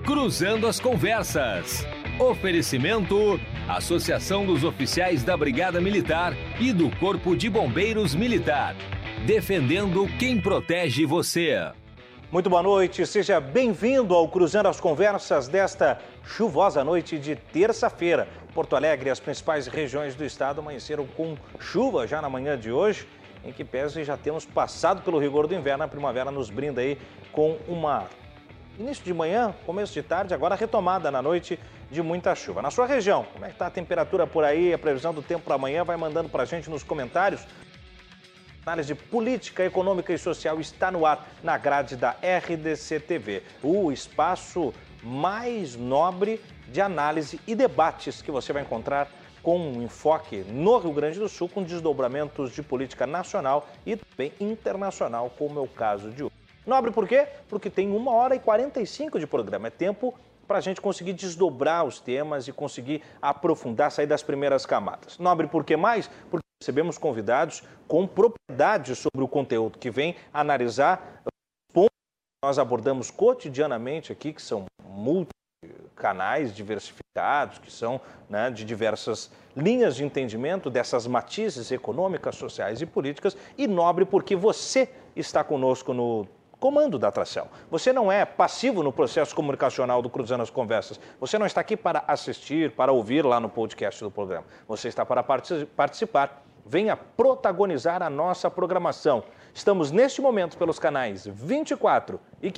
Cruzando as Conversas. Oferecimento: Associação dos Oficiais da Brigada Militar e do Corpo de Bombeiros Militar. Defendendo quem protege você. Muito boa noite, seja bem-vindo ao Cruzando as Conversas desta chuvosa noite de terça-feira. Porto Alegre e as principais regiões do estado amanheceram com chuva já na manhã de hoje, em que pese já temos passado pelo rigor do inverno. A primavera nos brinda aí com uma início de manhã, começo de tarde, agora retomada na noite de muita chuva. Na sua região, como é que está a temperatura por aí, a previsão do tempo para amanhã? Vai mandando para a gente nos comentários. A análise política, econômica e social está no ar na grade da RDC TV, o espaço mais nobre de análise e debates que você vai encontrar com um enfoque no Rio Grande do Sul, com desdobramentos de política nacional e também internacional, como é o caso de hoje. Nobre por quê? Porque tem 1h45 de programa. É tempo para a gente conseguir desdobrar os temas e conseguir aprofundar, sair das primeiras camadas. Nobre por que mais? Porque recebemos convidados com propriedade sobre o conteúdo, que vem analisar os pontos que nós abordamos cotidianamente aqui, que são multicanais diversificados, que são de diversas linhas de entendimento dessas matizes econômicas, sociais e políticas. E nobre porque você está conosco no comando da atração. Você não é passivo no processo comunicacional do Cruzando as Conversas. Você não está aqui para assistir, para ouvir lá no podcast do programa. Você está para participar. Venha protagonizar a nossa programação. Estamos neste momento pelos canais 24 e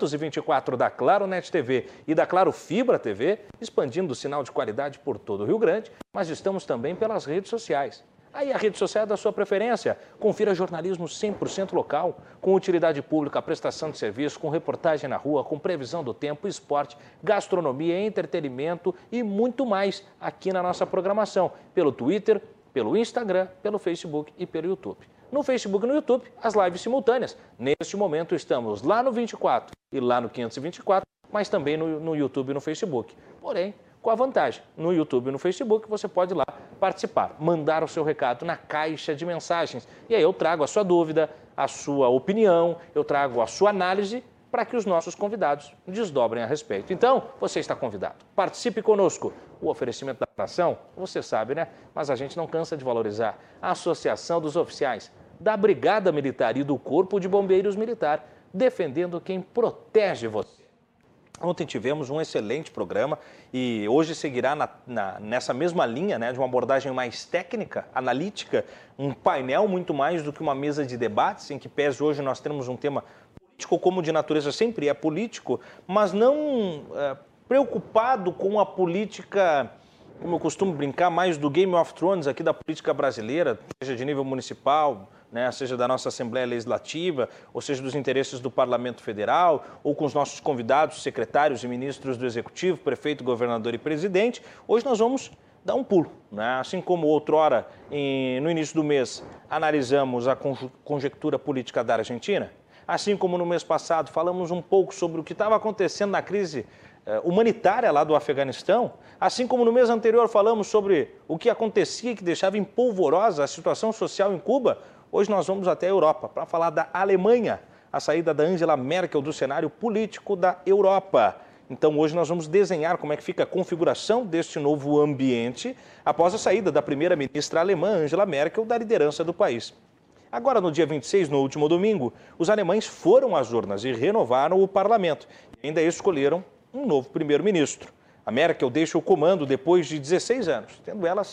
524 da Claro Net TV e da Claro Fibra TV, expandindo o sinal de qualidade por todo o Rio Grande, mas estamos também pelas redes sociais. Aí a rede social é da sua preferência. Confira jornalismo 100% local, com utilidade pública, prestação de serviço, com reportagem na rua, com previsão do tempo, esporte, gastronomia, entretenimento e muito mais aqui na nossa programação. Pelo Twitter, pelo Instagram, pelo Facebook e pelo YouTube. No Facebook e no YouTube, as lives simultâneas. Neste momento estamos lá no 24 e lá no 524, mas também no YouTube e no Facebook. Porém, com a vantagem, no YouTube e no Facebook você pode ir lá participar, mandar o seu recado na caixa de mensagens. E aí eu trago a sua dúvida, a sua opinião, eu trago a sua análise para que os nossos convidados desdobrem a respeito. Então, você está convidado. Participe conosco. O oferecimento da atração, você sabe, né? Mas a gente não cansa de valorizar. A Associação dos Oficiais da Brigada Militar e do Corpo de Bombeiros Militar, defendendo quem protege você. Ontem tivemos um excelente programa e hoje seguirá nessa mesma linha, de uma abordagem mais técnica, analítica, um painel muito mais do que uma mesa de debates, em que pese hoje nós temos um tema político, como de natureza sempre é político, mas não preocupado com a política, como eu costumo brincar, mais do Game of Thrones aqui da política brasileira, seja de nível municipal, seja da nossa Assembleia Legislativa, ou seja dos interesses do Parlamento Federal, ou com os nossos convidados, secretários e ministros do Executivo, prefeito, governador e presidente. Hoje nós vamos dar um pulo, Assim como outrora, no início do mês, analisamos a conjectura política da Argentina, assim como no mês passado falamos um pouco sobre o que estava acontecendo na crise humanitária lá do Afeganistão, assim como no mês anterior falamos sobre o que acontecia e que deixava em polvorosa a situação social em Cuba. Hoje nós vamos até a Europa para falar da Alemanha, a saída da Angela Merkel do cenário político da Europa. Então hoje nós vamos desenhar como é que fica a configuração deste novo ambiente após a saída da primeira-ministra alemã Angela Merkel da liderança do país. Agora, no dia 26, no último domingo, os alemães foram às urnas e renovaram o parlamento e ainda escolheram um novo primeiro-ministro. A Merkel deixa o comando depois de 16 anos, tendo ela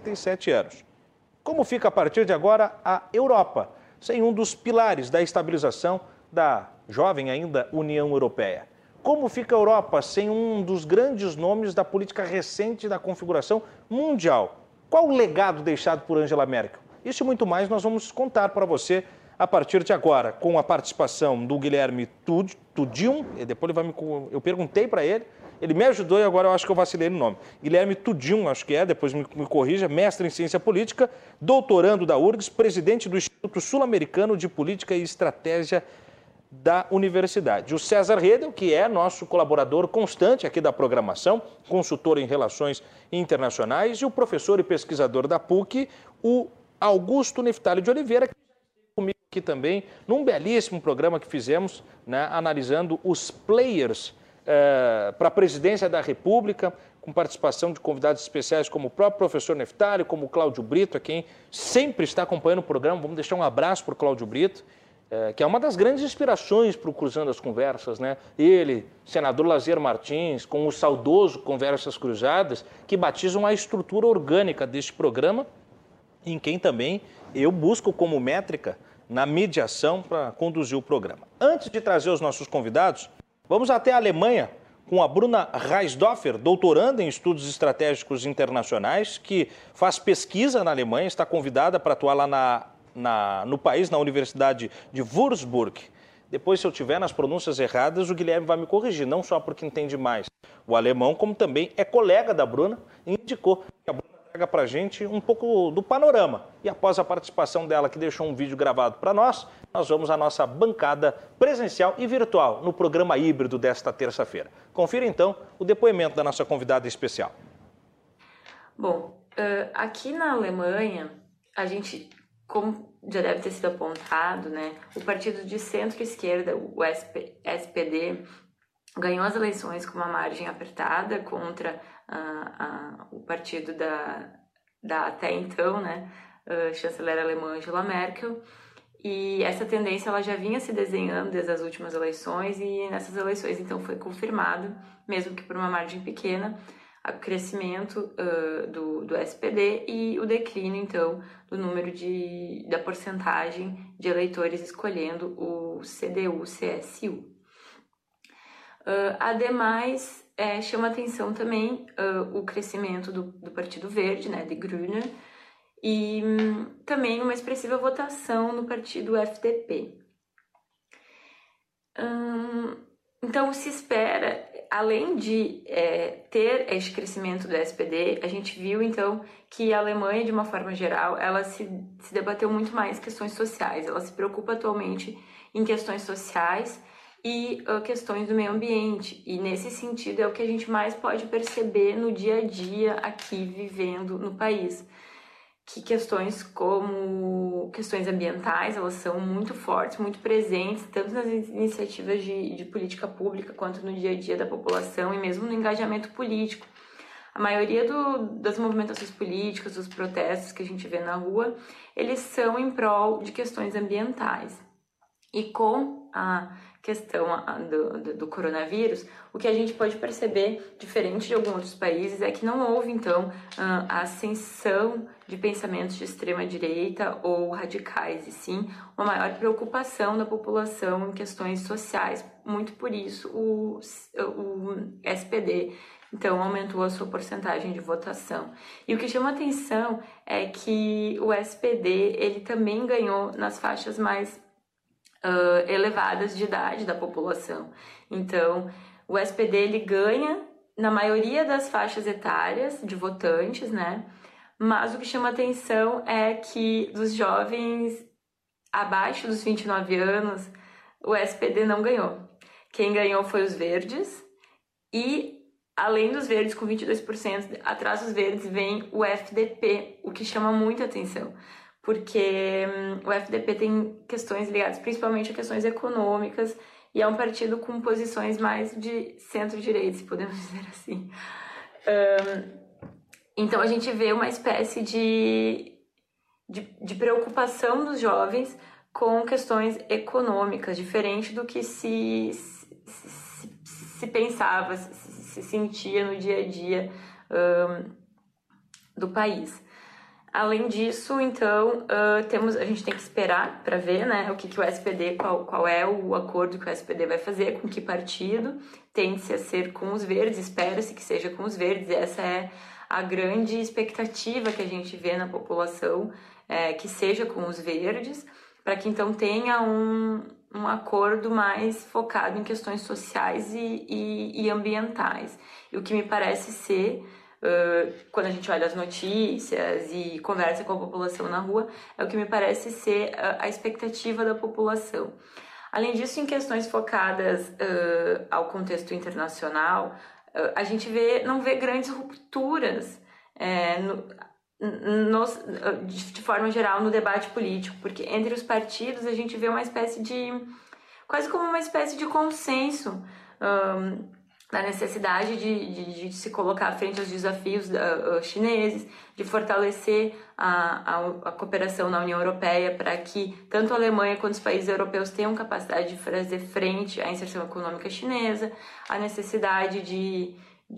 67 anos. Como fica a partir de agora a Europa, sem um dos pilares da estabilização da jovem ainda União Europeia? Como fica a Europa sem um dos grandes nomes da política recente da configuração mundial? Qual o legado deixado por Angela Merkel? Isso e muito mais nós vamos contar para você a partir de agora, com a participação do Guilherme Tudin, e depois eu perguntei para ele, ele me ajudou e agora eu acho que eu vacilei no nome. Guilherme Tudin, acho que depois me corrija, mestre em ciência política, doutorando da URGS, presidente do Instituto Sul-Americano de Política e Estratégia da Universidade. O César Redel, que é nosso colaborador constante aqui da programação, consultor em relações internacionais, e o professor e pesquisador da PUC, o Augusto Neftali de Oliveira, que esteve comigo aqui também, num belíssimo programa que fizemos, analisando os players para a presidência da República, com participação de convidados especiais como o próprio professor Neftali, como o Cláudio Brito, a quem sempre está acompanhando o programa. Vamos deixar um abraço para o Cláudio Brito, que é uma das grandes inspirações para o Cruzando as Conversas, né? Ele, senador Lazier Martins, com o saudoso Conversas Cruzadas, que batizam a estrutura orgânica deste programa, em quem também eu busco como métrica na mediação para conduzir o programa. Antes de trazer os nossos convidados, vamos até a Alemanha com a Bruna Reisdorfer, doutoranda em estudos estratégicos internacionais, que faz pesquisa na Alemanha, está convidada para atuar lá no país, na Universidade de Würzburg. Depois, se eu tiver nas pronúncias erradas, o Guilherme vai me corrigir, não só porque entende mais o alemão, como também é colega da Bruna e indicou que a Bruna traga para a gente um pouco do panorama. E após a participação dela, que deixou um vídeo gravado para nós vamos à nossa bancada presencial e virtual no programa híbrido desta terça-feira. Confira então o depoimento da nossa convidada especial. Bom, aqui na Alemanha, a gente, como já deve ter sido apontado, né, o partido de centro-esquerda, o SPD, ganhou as eleições com uma margem apertada contra o partido da até então, né, chanceler alemã Angela Merkel. E essa tendência ela já vinha se desenhando desde as últimas eleições e nessas eleições então foi confirmado, mesmo que por uma margem pequena, o crescimento do SPD e o declínio então do número da porcentagem de eleitores escolhendo o CDU-CSU. Ademais, chama atenção também o crescimento do Partido Verde, né, de Grüne, e também uma expressiva votação no partido FDP. Então, se espera, além de ter este crescimento do SPD, a gente viu, então, que a Alemanha, de uma forma geral, ela se debateu muito mais questões sociais. Ela se preocupa atualmente em questões sociais e questões do meio ambiente. E, nesse sentido, é o que a gente mais pode perceber no dia a dia aqui, vivendo no país. Que questões como questões ambientais, elas são muito fortes, muito presentes, tanto nas iniciativas de política pública, quanto no dia a dia da população e mesmo no engajamento político. A maioria das movimentações políticas, dos protestos que a gente vê na rua, eles são em prol de questões ambientais. E com a questão do coronavírus, o que a gente pode perceber, diferente de alguns outros países, é que não houve, então, a ascensão de pensamentos de extrema-direita ou radicais, e sim uma maior preocupação da população em questões sociais. Muito por isso, o SPD, então, aumentou a sua porcentagem de votação. E o que chama atenção é que o SPD, ele também ganhou nas faixas mais elevadas de idade da população. Então, o SPD ele ganha na maioria das faixas etárias de votantes, né? Mas o que chama atenção é que dos jovens abaixo dos 29 anos, o SPD não ganhou. Quem ganhou foi os verdes e, além dos verdes com 22%, atrás dos verdes vem o FDP, o que chama muita atenção. Porque o FDP tem questões ligadas principalmente a questões econômicas e é um partido com posições mais de centro-direita, se podemos dizer assim. Então a gente vê uma espécie de preocupação dos jovens com questões econômicas, diferente do que se pensava, se sentia no dia a dia do país. Além disso, então, a gente tem que esperar para ver, né, o que o SPD, qual é o acordo que o SPD vai fazer, com que partido, tende-se a ser com os verdes, espera-se que seja com os verdes, essa é a grande expectativa que a gente vê na população, que seja com os verdes, para que então tenha um acordo mais focado em questões sociais e ambientais. E o que me parece ser, quando a gente olha as notícias e conversa com a população na rua, é o que me parece ser a expectativa da população. Além disso, em questões focadas ao contexto internacional, a gente não vê grandes rupturas de forma geral no debate político, porque entre os partidos a gente vê uma espécie de, quase como uma espécie de consenso da necessidade de se colocar à frente aos desafios chineses, de fortalecer a cooperação na União Europeia para que tanto a Alemanha quanto os países europeus tenham capacidade de fazer frente à inserção econômica chinesa, a necessidade de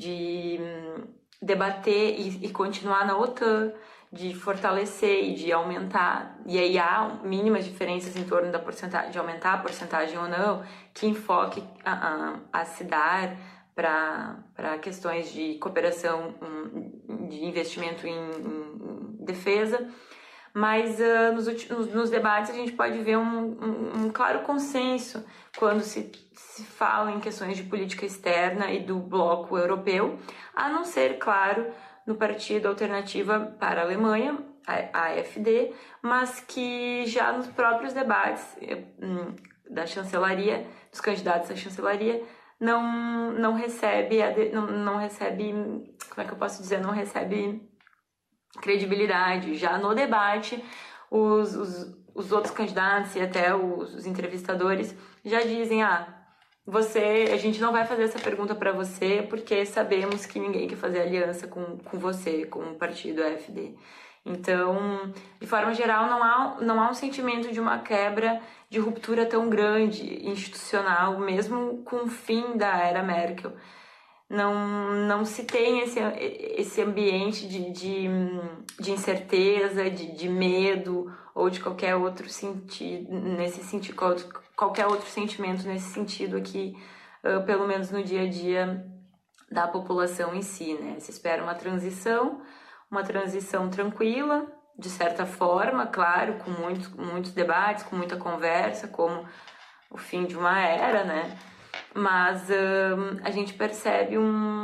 debater e continuar na OTAN, de fortalecer e de aumentar, e aí há mínimas diferenças em torno da porcentagem, de aumentar a porcentagem ou não, que enfoque a se dar para questões de cooperação, de investimento em defesa, mas nos debates a gente pode ver um claro consenso quando se fala em questões de política externa e do bloco europeu, a não ser, claro, no Partido Alternativa para a Alemanha, a AfD, mas que já nos próprios debates da chancelaria, dos candidatos à chancelaria, não recebe, como é que eu posso dizer, não recebe credibilidade. Já no debate, os outros candidatos e até os entrevistadores já dizem, a gente não vai fazer essa pergunta para você porque sabemos que ninguém quer fazer aliança com você, com o partido AfD. Então, de forma geral, não há um sentimento de uma quebra, de ruptura tão grande, institucional, mesmo com o fim da era Merkel. Não se tem esse ambiente de incerteza, de medo ou de qualquer outro sentido, qualquer outro sentimento nesse sentido aqui, pelo menos no dia a dia da população em si, né? Se espera uma transição tranquila, de certa forma, claro, com muitos debates, com muita conversa, como o fim de uma era, né? Mas a gente percebe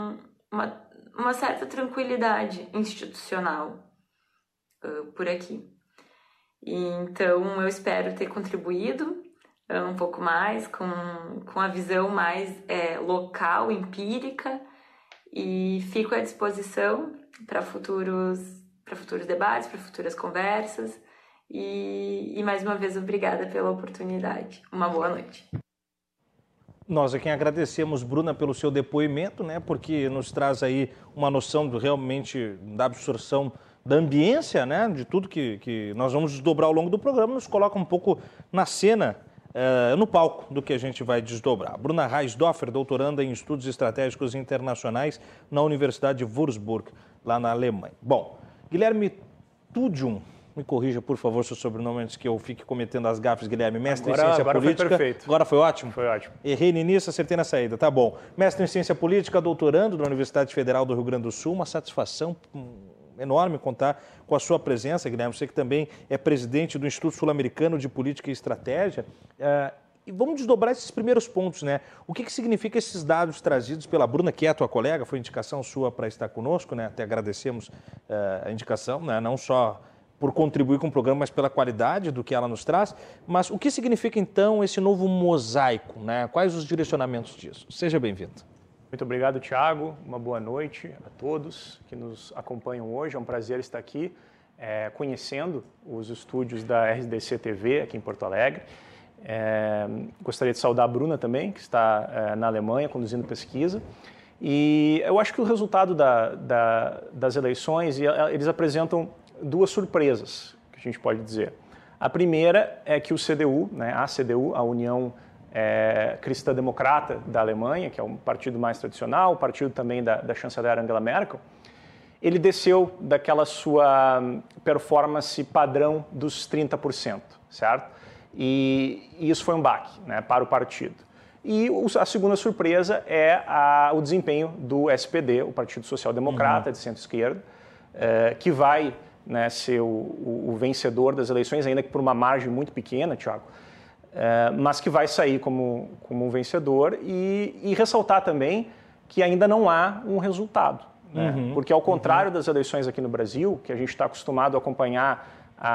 uma certa tranquilidade institucional por aqui. E, então, eu espero ter contribuído um pouco mais com a visão mais local, empírica, e fico à disposição para futuros debates, para futuras conversas. E mais uma vez, obrigada pela oportunidade. Uma boa noite. Nós é quem agradecemos, Bruna, pelo seu depoimento, né? Porque nos traz aí uma noção realmente da absorção da ambiência, né? De tudo que nós vamos desdobrar ao longo do programa, nos coloca um pouco na cena, no palco do que a gente vai desdobrar. Bruna Reisdorfer, doutoranda em Estudos Estratégicos Internacionais na Universidade de Würzburg, lá na Alemanha. Bom, Guilherme Tudium, me corrija, por favor, seu sobrenome antes que eu fique cometendo as gafes, Guilherme. Mestre em Ciência Política. Foi perfeito. Agora foi ótimo? Foi ótimo. Errei no início, acertei na saída. Tá bom. Mestre em Ciência Política, doutorando da Universidade Federal do Rio Grande do Sul. Uma satisfação enorme contar com a sua presença, Guilherme. Você que também é presidente do Instituto Sul-Americano de Política e Estratégia. E vamos desdobrar esses primeiros pontos, né? O que significa esses dados trazidos pela Bruna, que é a tua colega, foi indicação sua para estar conosco, né? Até agradecemos a indicação, né? Não só por contribuir com o programa, mas pela qualidade do que ela nos traz. Mas o que significa, então, esse novo mosaico, né? Quais os direcionamentos disso? Seja bem-vindo. Muito obrigado, Thiago. Uma boa noite a todos que nos acompanham hoje. É um prazer estar aqui conhecendo os estúdios da RDC TV aqui em Porto Alegre. Gostaria de saudar a Bruna também, que está na Alemanha conduzindo pesquisa. E eu acho que o resultado das eleições, eles apresentam duas surpresas, que a gente pode dizer. A primeira é que o CDU, né, a CDU, a União Cristã Democrata da Alemanha, que é um partido mais tradicional, o partido também da chanceler Angela Merkel, ele desceu daquela sua performance padrão dos 30%, certo? E isso foi um baque, né, para o partido. E a segunda surpresa é o desempenho do SPD, o Partido Social Democrata de centro-esquerda, que vai, né, ser o vencedor das eleições, ainda que por uma margem muito pequena, Thiago, mas que vai sair como um vencedor e ressaltar também que ainda não há um resultado. Né? Porque ao contrário das eleições aqui no Brasil, que a gente está acostumado a acompanhar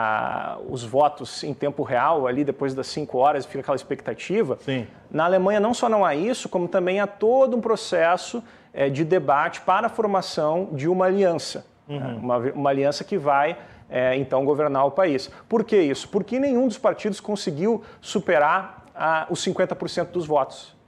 os votos em tempo real, ali depois das 5 horas, fica aquela expectativa. Sim. Na Alemanha não só não há isso, como também há todo um processo de debate para a formação de uma aliança. Né? Uma aliança que vai, então, governar o país. Por que isso? Porque nenhum dos partidos conseguiu superar os 50% dos votos.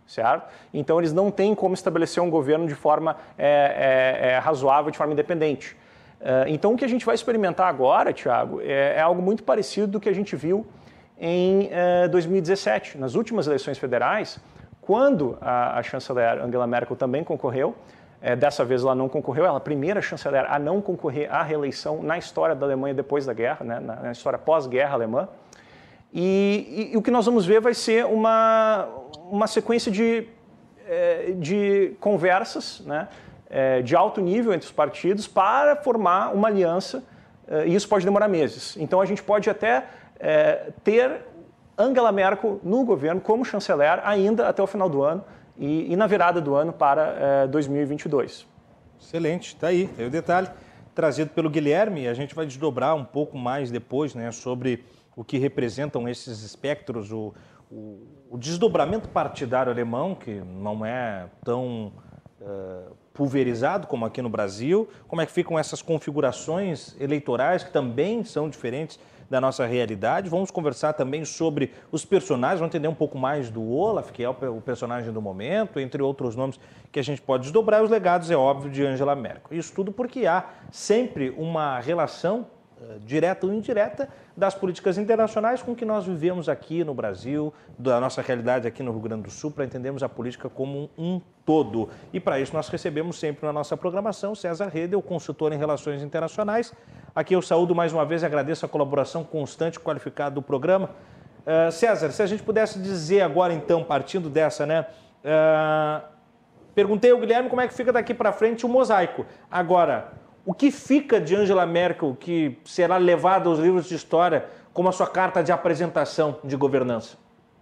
certo? Então eles não têm como estabelecer um governo de forma razoável, de forma independente. Então o que a gente vai experimentar agora, Thiago, é algo muito parecido do que a gente viu em 2017, nas últimas eleições federais, quando a chanceler Angela Merkel também concorreu. Dessa vez ela não concorreu, ela é a primeira chanceler a não concorrer à reeleição na história da Alemanha depois da guerra, né, na história pós-guerra alemã. E o que nós vamos ver vai ser uma sequência de conversas, né, de alto nível entre os partidos para formar uma aliança, e isso pode demorar meses. Então a gente pode até ter Angela Merkel no governo como chanceler ainda até o final do ano, e na virada do ano para 2022. Excelente, está aí. É o detalhe trazido pelo Guilherme. A gente vai desdobrar um pouco mais depois, né, sobre o que representam esses espectros, o desdobramento partidário alemão, que não é tão pulverizado como aqui no Brasil, como é que ficam essas configurações eleitorais que também são diferentes da nossa realidade. Vamos conversar também sobre os personagens, vamos entender um pouco mais do Olaf, que é o personagem do momento, entre outros nomes que a gente pode desdobrar, e os legados, é óbvio, de Angela Merkel. Isso tudo porque há sempre uma relação direta ou indireta das políticas internacionais com o que nós vivemos aqui no Brasil, da nossa realidade aqui no Rio Grande do Sul, para entendermos a política como um todo. E para isso nós recebemos sempre na nossa programação César Redel, consultor em relações internacionais. Aqui eu saúdo mais uma vez e agradeço a colaboração constante e qualificada do programa. César, se a gente pudesse dizer agora então, partindo dessa, né? Perguntei ao Guilherme como é que fica daqui para frente o mosaico. Agora, o que fica de Angela Merkel que será levado aos livros de história como a sua carta de apresentação de governança?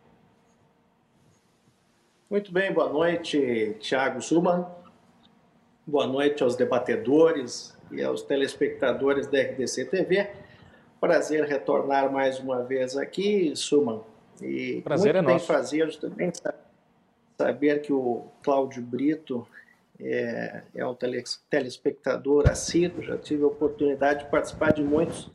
Muito bem, boa noite, Thiago Suman. Boa noite aos debatedores e aos telespectadores da RDC TV. Prazer retornar mais uma vez aqui, Suman. E prazer muito é nosso. Prazer também saber que o Cláudio Brito é um telespectador assíduo. Já tive a oportunidade de participar de muitas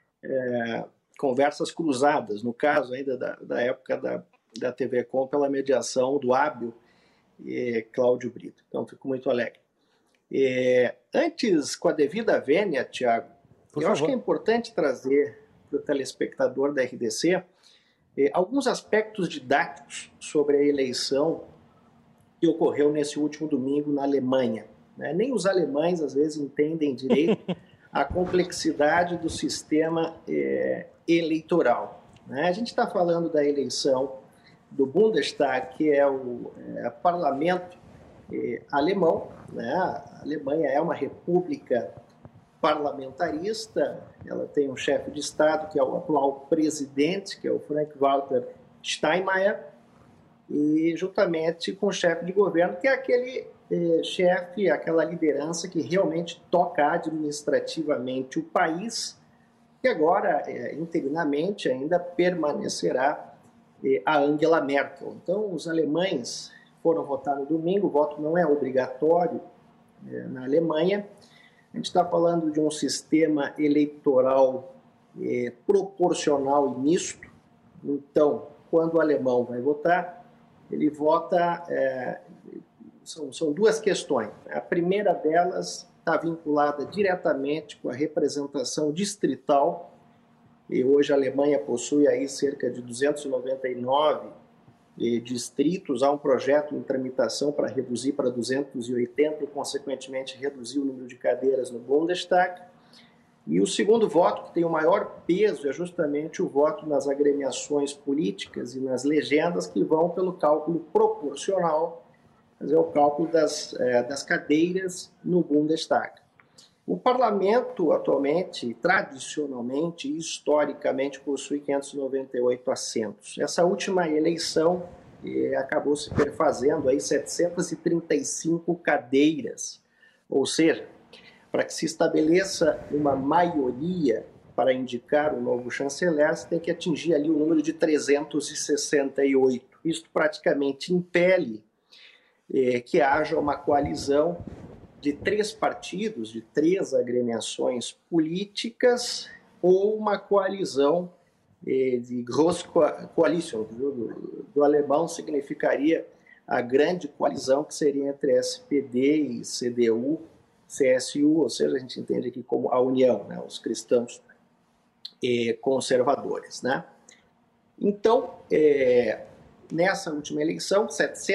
conversas cruzadas, no caso ainda da época da TV Com, pela mediação do hábil Cláudio Brito. Então, fico muito alegre. Antes, com a devida vênia, Thiago, acho que é importante trazer para o telespectador da RDC alguns aspectos didáticos sobre a eleição que ocorreu nesse último domingo na Alemanha. Nem os alemães, às vezes, entendem direito a complexidade do sistema eleitoral. A gente está falando da eleição do Bundestag, que é o parlamento alemão. A Alemanha é uma república parlamentarista, ela tem um chefe de Estado, que é o atual presidente, que é o Frank-Walter Steinmeier, e juntamente com o chefe de governo, que é aquele chefe, aquela liderança que realmente toca administrativamente o país, que agora, interinamente, ainda permanecerá a Angela Merkel. Então, os alemães foram votar no domingo, o voto não é obrigatório na Alemanha. A gente está falando de um sistema eleitoral proporcional e misto. Então, quando o alemão vai votar, ele vota... São duas questões. A primeira delas está vinculada diretamente com a representação distrital. E hoje a Alemanha possui aí cerca de 299 distritos. Há um projeto em tramitação para reduzir para 280 e, consequentemente, reduzir o número de cadeiras no Bundestag. E o segundo voto, que tem o maior peso, é justamente o voto nas agremiações políticas e nas legendas, que vão pelo cálculo proporcional, fazer o cálculo das cadeiras no Bundestag. O parlamento, atualmente, tradicionalmente e historicamente, possui 598 assentos. Essa última eleição acabou se perfazendo aí 735 cadeiras, ou seja, para que se estabeleça uma maioria para indicar o novo chanceler, você tem que atingir ali o número de 368. Isso praticamente impele que haja uma coalizão de 3 partidos, de 3 agremiações políticas, ou uma coalizão de Großkoalition, do alemão significaria a grande coalizão que seria entre SPD e CDU, CSU, ou seja, a gente entende aqui como a União, né, os cristãos conservadores, né? Então, nessa última eleição,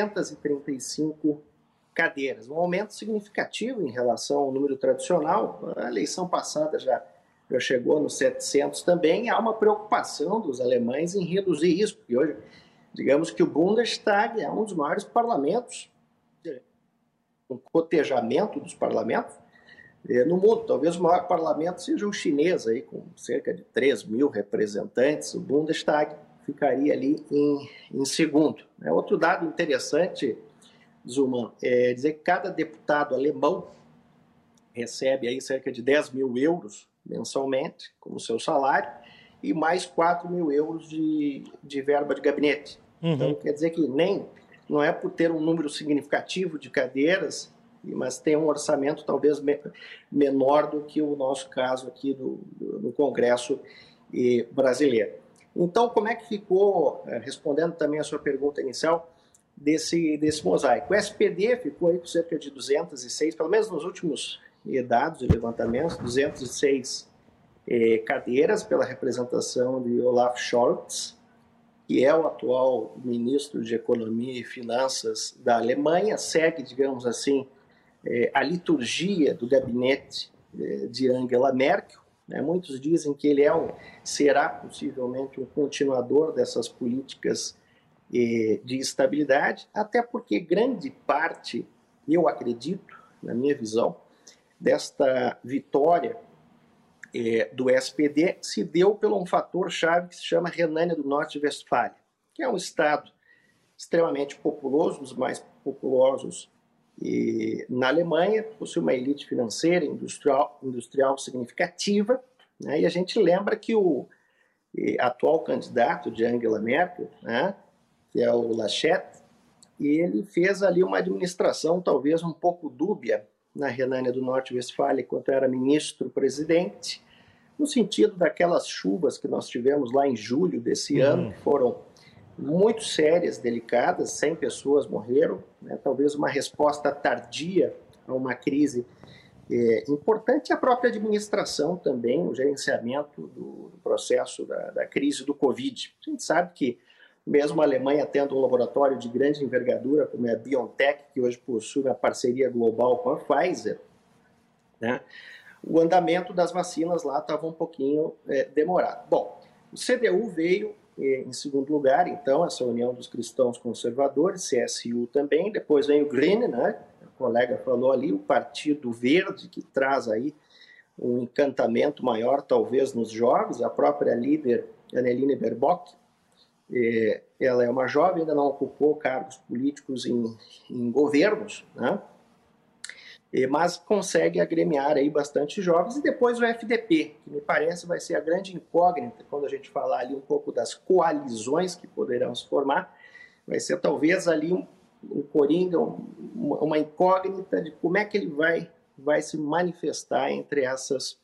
735 cadeiras, um aumento significativo em relação ao número tradicional. A eleição passada já chegou nos 700 também. Há uma preocupação dos alemães em reduzir isso, porque hoje, digamos que o Bundestag é um dos maiores parlamentos, um cotejamento dos parlamentos no mundo. Talvez o maior parlamento seja o chinês, aí, com cerca de 3 mil representantes. O Bundestag ficaria ali em segundo. Outro dado interessante, Zuman, é dizer que cada deputado alemão recebe aí cerca de 10 mil euros mensalmente como seu salário e mais 4 mil euros de verba de gabinete. Então, quer dizer que não é por ter um número significativo de cadeiras, mas tem um orçamento talvez menor do que o nosso caso aqui no Congresso brasileiro. Então, como é que ficou, respondendo também a sua pergunta inicial, desse mosaico? O SPD ficou aí com cerca de 206, pelo menos nos últimos dados e levantamentos, 206 cadeiras pela representação de Olaf Scholz, que é o atual ministro de Economia e Finanças da Alemanha, segue, digamos assim, a liturgia do gabinete de Angela Merkel. Muitos dizem que ele será possivelmente um continuador dessas políticas de estabilidade, até porque grande parte, eu acredito, na minha visão, desta vitória do SPD se deu por um fator-chave que se chama Renânia do Norte-Westfália, que é um estado extremamente populoso, dos mais populosos na Alemanha, possui uma elite financeira industrial significativa, né? E a gente lembra que o atual candidato de Angela Merkel, né, que é o Laschet, ele fez ali uma administração talvez um pouco dúbia na Renânia do Norte-Westfália enquanto era ministro-presidente, no sentido daquelas chuvas que nós tivemos lá em julho desse ano, que foram muito sérias, delicadas, 100 pessoas morreram, né? Talvez uma resposta tardia a uma crise importante, a própria administração também, o gerenciamento do processo da crise do Covid. A gente sabe que mesmo a Alemanha tendo um laboratório de grande envergadura, como é a BioNTech, que hoje possui uma parceria global com a Pfizer, né? O andamento das vacinas lá estava um pouquinho demorado. Bom, o CDU veio em segundo lugar, então, essa União dos Cristãos Conservadores, CSU também, depois vem o Green, né? O colega falou ali, o Partido Verde, que traz aí um encantamento maior, talvez, nos jovens, a própria líder Annalena Baerbock, ela é uma jovem, ainda não ocupou cargos políticos em governos, né? Mas consegue agremiar aí bastante jovens, e depois o FDP, que me parece vai ser a grande incógnita quando a gente falar ali um pouco das coalizões que poderão se formar, vai ser talvez ali um coringa, uma incógnita de como é que ele vai se manifestar entre essas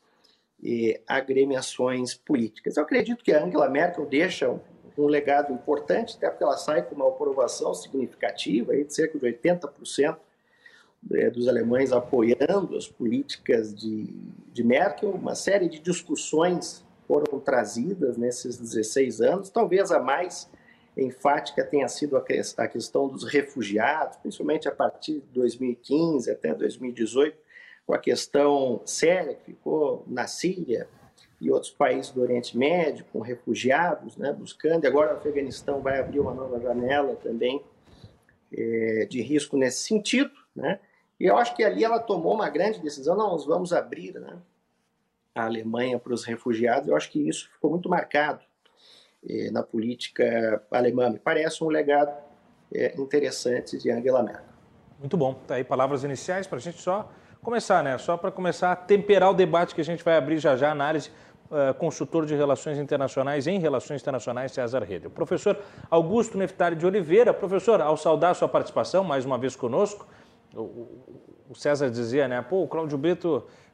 agremiações políticas. Eu acredito que a Angela Merkel deixa um legado importante, até porque ela sai com uma aprovação significativa, aí de cerca de 80%, dos alemães apoiando as políticas de Merkel. Uma série de discussões foram trazidas nesses 16 anos, talvez a mais enfática tenha sido a questão dos refugiados, principalmente a partir de 2015 até 2018, com a questão séria que ficou na Síria e outros países do Oriente Médio, com refugiados, né, buscando, e agora o Afeganistão vai abrir uma nova janela também de risco nesse sentido, né? E eu acho que ali ela tomou uma grande decisão, nós vamos abrir, né, a Alemanha para os refugiados. Eu acho que isso ficou muito marcado na política alemã. Me parece um legado interessante de Angela Merkel. Muito bom. Tá aí palavras iniciais para a gente só começar, né? Só para começar a temperar o debate que a gente vai abrir já a análise. Consultor de Relações Internacionais em Relações Internacionais, César Redel. Professor Augusto Neftali de Oliveira. Professor, ao saudar a sua participação mais uma vez conosco, o César dizia, né? Pô, o Cláudio Brito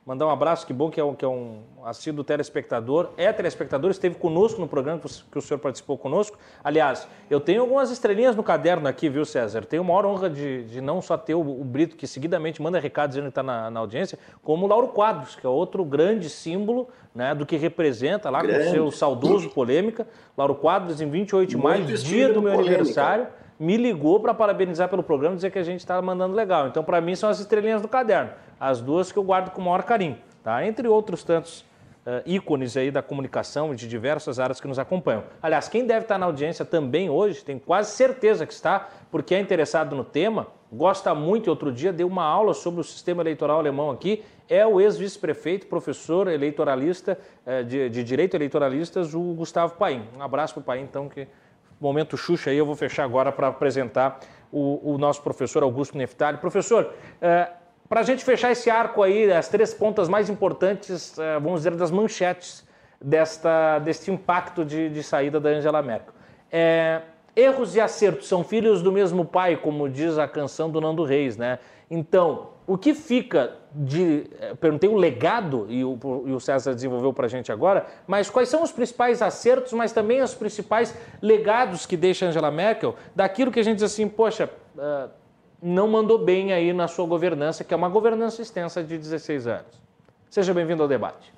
mandar um abraço, que bom que é um assíduo telespectador. É telespectador, esteve conosco no programa que o senhor participou conosco. Aliás, eu tenho algumas estrelinhas no caderno aqui, viu, César? Tenho a maior honra de não só ter o Brito, que seguidamente manda recado dizendo que está na audiência, como o Lauro Quadros, que é outro grande símbolo, né, do que representa lá com o seu saudoso Polêmica. Lauro Quadros, em 28 de maio, dia do meu aniversário, me ligou para parabenizar pelo programa e dizer que a gente está mandando legal. Então, para mim, são as estrelinhas do caderno. As duas que eu guardo com o maior carinho, tá? Entre outros tantos ícones aí da comunicação e de diversas áreas que nos acompanham. Aliás, quem deve estar na audiência também hoje, tenho quase certeza que está, porque é interessado no tema, gosta muito, e outro dia deu uma aula sobre o sistema eleitoral alemão aqui, é o ex-vice-prefeito, professor eleitoralista, de direito eleitoralistas, o Gustavo Paim. Um abraço para o Paim, então, que momento Xuxa aí, eu vou fechar agora para apresentar o nosso professor Augusto Neftali. Professor, para a gente fechar esse arco aí, as 3 pontas mais importantes, vamos dizer, das manchetes deste impacto de saída da Angela Merkel. Erros e acertos são filhos do mesmo pai, como diz a canção do Nando Reis, né? Então, o que fica perguntei o legado, e o César desenvolveu para a gente agora, mas quais são os principais acertos, mas também os principais legados que deixa a Angela Merkel, daquilo que a gente diz assim, poxa, não mandou bem aí na sua governança, que é uma governança extensa de 16 anos. Seja bem-vindo ao debate.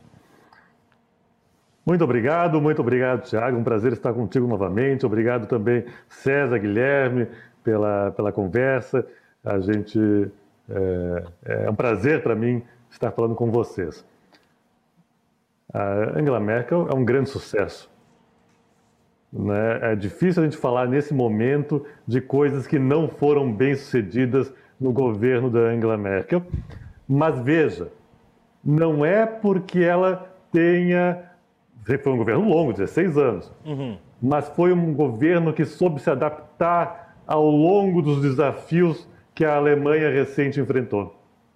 Muito obrigado, Thiago. Um prazer estar contigo novamente. Obrigado também, César, Guilherme, pela conversa. É um prazer para mim estar falando com vocês. A Angela Merkel é um grande sucesso. Né? É difícil a gente falar nesse momento de coisas que não foram bem sucedidas no governo da Angela Merkel. Mas veja, não é porque ela foi um governo longo, 16 anos, mas foi um governo que soube se adaptar ao longo dos desafios que a Alemanha recente enfrentou.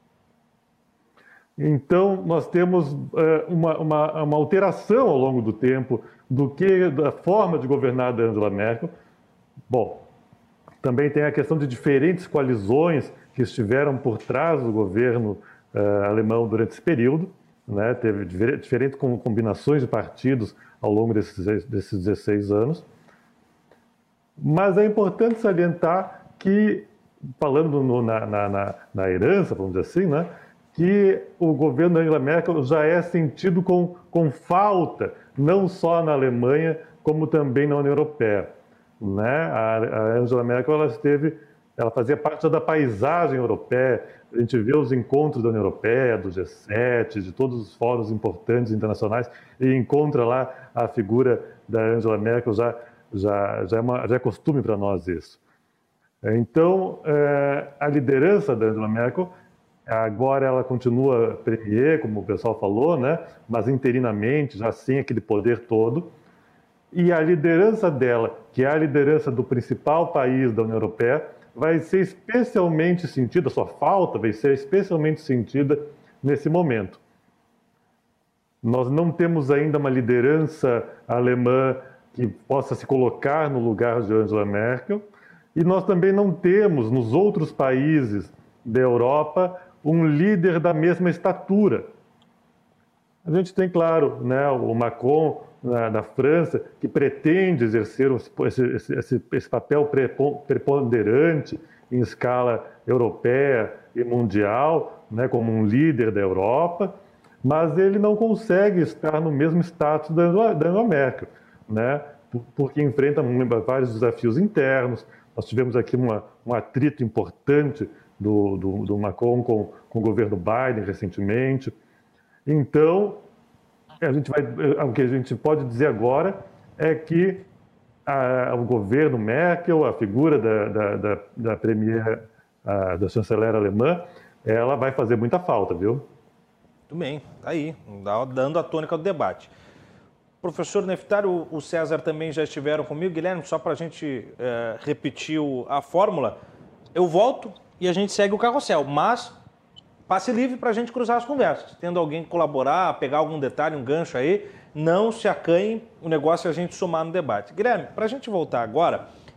Então, nós temos uma alteração ao longo do tempo da forma de governar da Angela Merkel. Bom, também tem a questão de diferentes coalizões que estiveram por trás do governo alemão durante esse período, né? Teve diferentes combinações de partidos ao longo desses 16 anos. Mas é importante salientar que, falando na herança, vamos dizer assim, né, que o governo da Angela Merkel já é sentido com falta, não só na Alemanha, como também na União Europeia. Né? A Angela Merkel ela fazia parte da paisagem europeia. A gente vê os encontros da União Europeia, do G7, de todos os fóruns importantes internacionais, e encontra lá a figura da Angela Merkel, já é costume para nós isso. Então, a liderança da Angela Merkel, agora ela continua premier, como o pessoal falou, né? Mas interinamente, já sem aquele poder todo. E a liderança dela, que é a liderança do principal país da União Europeia, vai ser especialmente sentida, a sua falta vai ser especialmente sentida nesse momento. Nós não temos ainda uma liderança alemã que possa se colocar no lugar de Angela Merkel, e nós também não temos, nos outros países da Europa, um líder da mesma estatura. A gente tem, claro, né, o Macron, da França, que pretende exercer esse papel preponderante em escala europeia e mundial, né, como um líder da Europa, mas ele não consegue estar no mesmo status da Angela Merkel, né, porque enfrenta vários desafios internos. Nós tivemos aqui um atrito importante do Macron com o governo Biden recentemente. Então, o que a gente pode dizer agora é que o governo Merkel, a figura da premier, da chanceler alemã, ela vai fazer muita falta, viu? Muito bem, tá aí, dando a tônica do debate. Professor Neftali, o César também já estiveram comigo. Guilherme, só para a gente repetir a fórmula, eu volto e a gente segue o carrossel, mas passe livre para a gente cruzar as conversas. Tendo alguém que colaborar, pegar algum detalhe, um gancho aí, não se acanhe, o negócio é a gente somar no debate. Guilherme, para a gente voltar agora,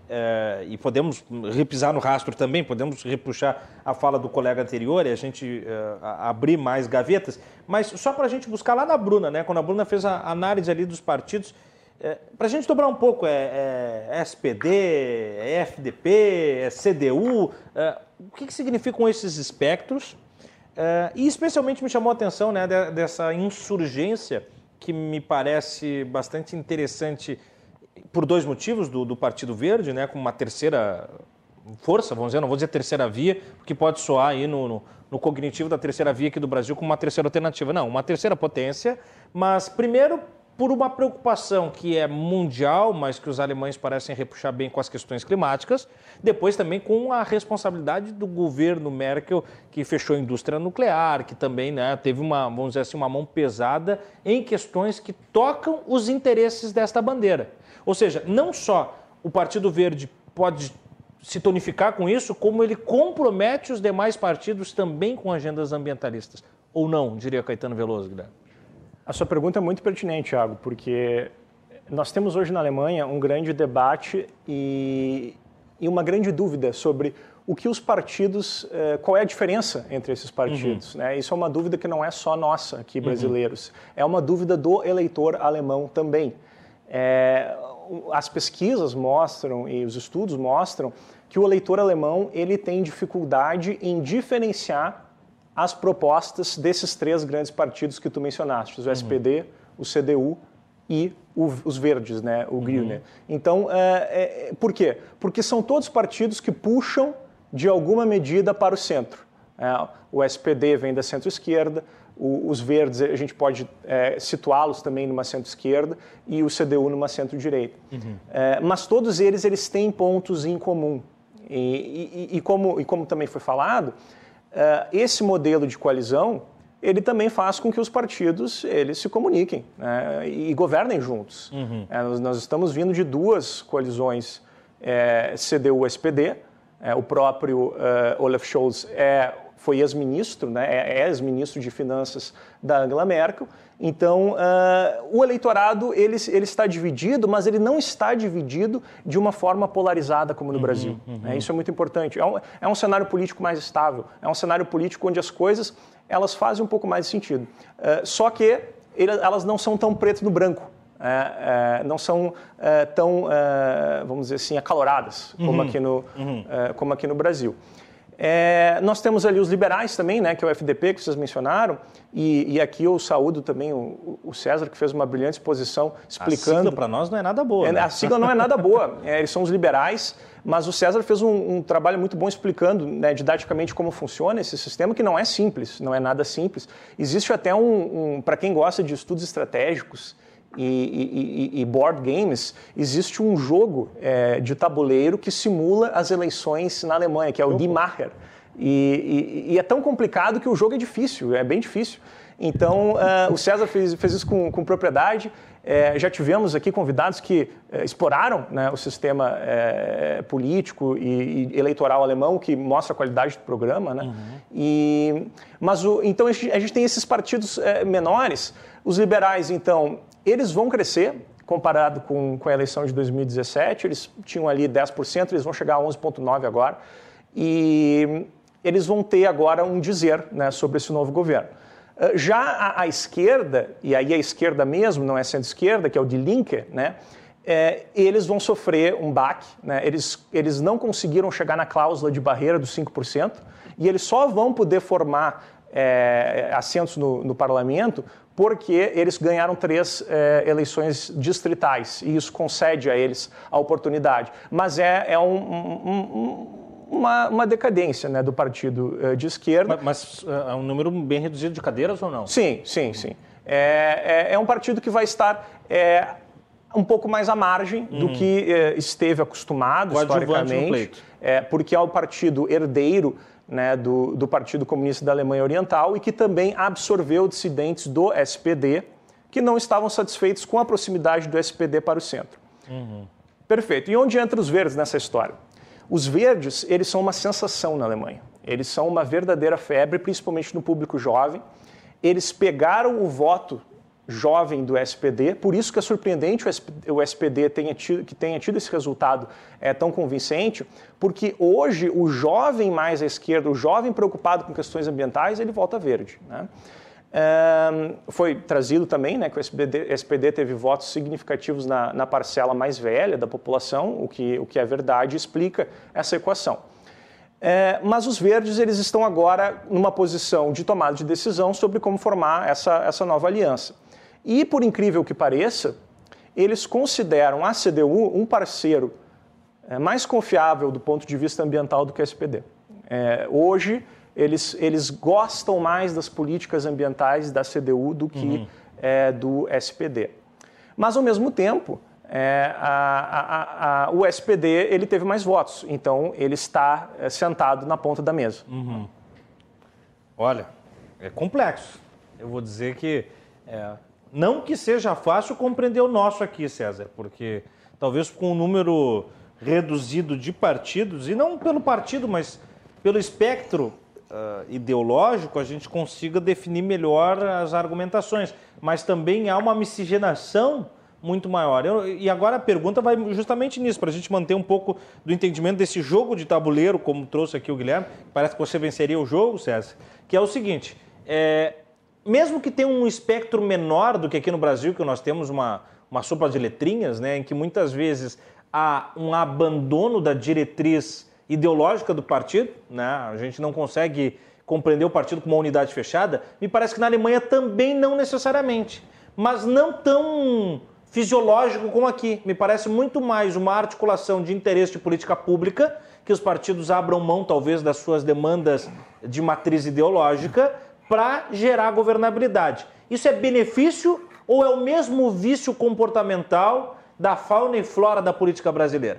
e podemos repisar no rastro também, podemos repuxar a fala do colega anterior e a gente abrir mais gavetas, mas só para a gente buscar lá na Bruna, né? Quando a Bruna fez a análise ali dos partidos, para a gente dobrar um pouco, é SPD, é FDP, é CDU, o que significam esses espectros? E especialmente me chamou a atenção, né, dessa insurgência que me parece bastante interessante por dois motivos do Partido Verde, né, como uma terceira força, vamos dizer, não vou dizer terceira via, porque pode soar aí no cognitivo da terceira via aqui do Brasil como uma terceira alternativa. Não, uma terceira potência, mas primeiro por uma preocupação que é mundial, mas que os alemães parecem repuxar bem com as questões climáticas, depois também com a responsabilidade do governo Merkel, que fechou a indústria nuclear, que também, né, teve vamos dizer assim, uma mão pesada em questões que tocam os interesses desta bandeira. Ou seja, não só o Partido Verde pode se tonificar com isso, como ele compromete os demais partidos também com agendas ambientalistas. Ou não, diria Caetano Veloso, Guilherme? A sua pergunta é muito pertinente, Thiago, porque nós temos hoje na Alemanha um grande debate e uma grande dúvida sobre o que os partidos, qual é a diferença entre esses partidos. Né? Isso é uma dúvida que não é só nossa aqui, brasileiros, é uma dúvida do eleitor alemão também. As pesquisas mostram e os estudos mostram que o eleitor alemão ele tem dificuldade em diferenciar as propostas desses três grandes partidos que tu mencionaste, o SPD, o CDU e os verdes, né, o Grüne. Então, por quê? Porque são todos partidos que puxam, de alguma medida, para o centro. O SPD vem da centro-esquerda, os verdes a gente pode situá-los também numa centro-esquerda e o CDU numa centro-direita. Mas todos eles têm pontos em comum. E como também foi falado, esse modelo de coalizão, ele também faz com que os partidos eles se comuniquem, né, e governem juntos. Nós estamos vindo de duas coalizões, CDU-SPD, o próprio Olaf Scholz foi ex-ministro, né, é ex-ministro de Finanças da Angela Merkel. Então, o eleitorado ele está dividido, mas ele não está dividido de uma forma polarizada como no Brasil. Isso é muito importante. É um cenário político mais estável, é um cenário político onde as coisas elas fazem um pouco mais de sentido. Só que elas não são tão preto no branco. Não são tão, vamos dizer assim, acaloradas como aqui no Brasil. Nós temos ali os liberais também, né, que é o FDP, que vocês mencionaram, e aqui eu saúdo também o César, que fez uma brilhante exposição explicando... A sigla para nós não é nada boa. Né? A sigla não é nada boa, eles são os liberais, mas o César fez um trabalho muito bom explicando, né, didaticamente como funciona esse sistema, que não é simples, não é nada simples. Existe até para quem gosta de estudos estratégicos e board games, existe um jogo de tabuleiro que simula as eleições na Alemanha, que é o Die Macher. E é tão complicado que o jogo é difícil, é bem difícil. Então, o César fez isso com propriedade. Já tivemos aqui convidados que exploraram, né, o sistema político e eleitoral alemão, que mostra a qualidade do programa. Né? Então, a gente tem esses partidos menores. Os liberais, então, eles vão crescer, comparado com a eleição de 2017. Eles tinham ali 10%, eles vão chegar a 11,9% agora. E eles vão ter agora um dizer, né, sobre esse novo governo. Já a esquerda, e aí a esquerda mesmo, não é centro-esquerda, que é o Die Linke, né, eles vão sofrer um baque. Né, eles não conseguiram chegar na cláusula de barreira dos 5%, e eles só vão poder formar assentos no parlamento porque eles ganharam 3 eleições distritais, e isso concede a eles a oportunidade. Mas uma decadência, né, do partido de esquerda. Mas é um número bem reduzido de cadeiras ou não? Sim. É um partido que vai estar um pouco mais à margem do que esteve acostumado historicamente, porque é o partido herdeiro, né, do Partido Comunista da Alemanha Oriental, e que também absorveu dissidentes do SPD que não estavam satisfeitos com a proximidade do SPD para o centro. Perfeito. E onde entram os verdes nessa história? Os verdes, eles são uma sensação na Alemanha. Eles são uma verdadeira febre, principalmente no público jovem. Eles pegaram o voto jovem do SPD, por isso que é surpreendente o SPD tenha tido esse resultado tão convincente, porque hoje o jovem mais à esquerda, o jovem preocupado com questões ambientais, ele vota verde, né? Foi trazido também, né, que o SPD teve votos significativos na parcela mais velha da população, o que é verdade, explica essa equação. Mas os verdes eles estão agora numa posição de tomada de decisão sobre como formar essa nova aliança. E, por incrível que pareça, eles consideram a CDU um parceiro mais confiável do ponto de vista ambiental do que a SPD. Hoje, eles gostam mais das políticas ambientais da CDU do que do SPD. Mas, ao mesmo tempo, o SPD ele teve mais votos, então ele está sentado na ponta da mesa. Olha, é complexo. Eu vou dizer que não que seja fácil compreender o nosso aqui, César, porque talvez com um número reduzido de partidos, e não pelo partido, mas pelo espectro ideológico, a gente consiga definir melhor as argumentações. Mas também há uma miscigenação muito maior. E agora a pergunta vai justamente nisso, para a gente manter um pouco do entendimento desse jogo de tabuleiro, como trouxe aqui o Guilherme. Parece que você venceria o jogo, César, que é o seguinte, mesmo que tenha um espectro menor do que aqui no Brasil, que nós temos uma sopa de letrinhas, né, em que muitas vezes há um abandono da diretriz ideológica do partido, né, a gente não consegue compreender o partido como uma unidade fechada, me parece que na Alemanha também não necessariamente, mas não tão fisiológico como aqui. Me parece muito mais uma articulação de interesse de política pública, que os partidos abram mão, talvez, das suas demandas de matriz ideológica para gerar governabilidade. Isso é benefício ou é o mesmo vício comportamental da fauna e flora da política brasileira?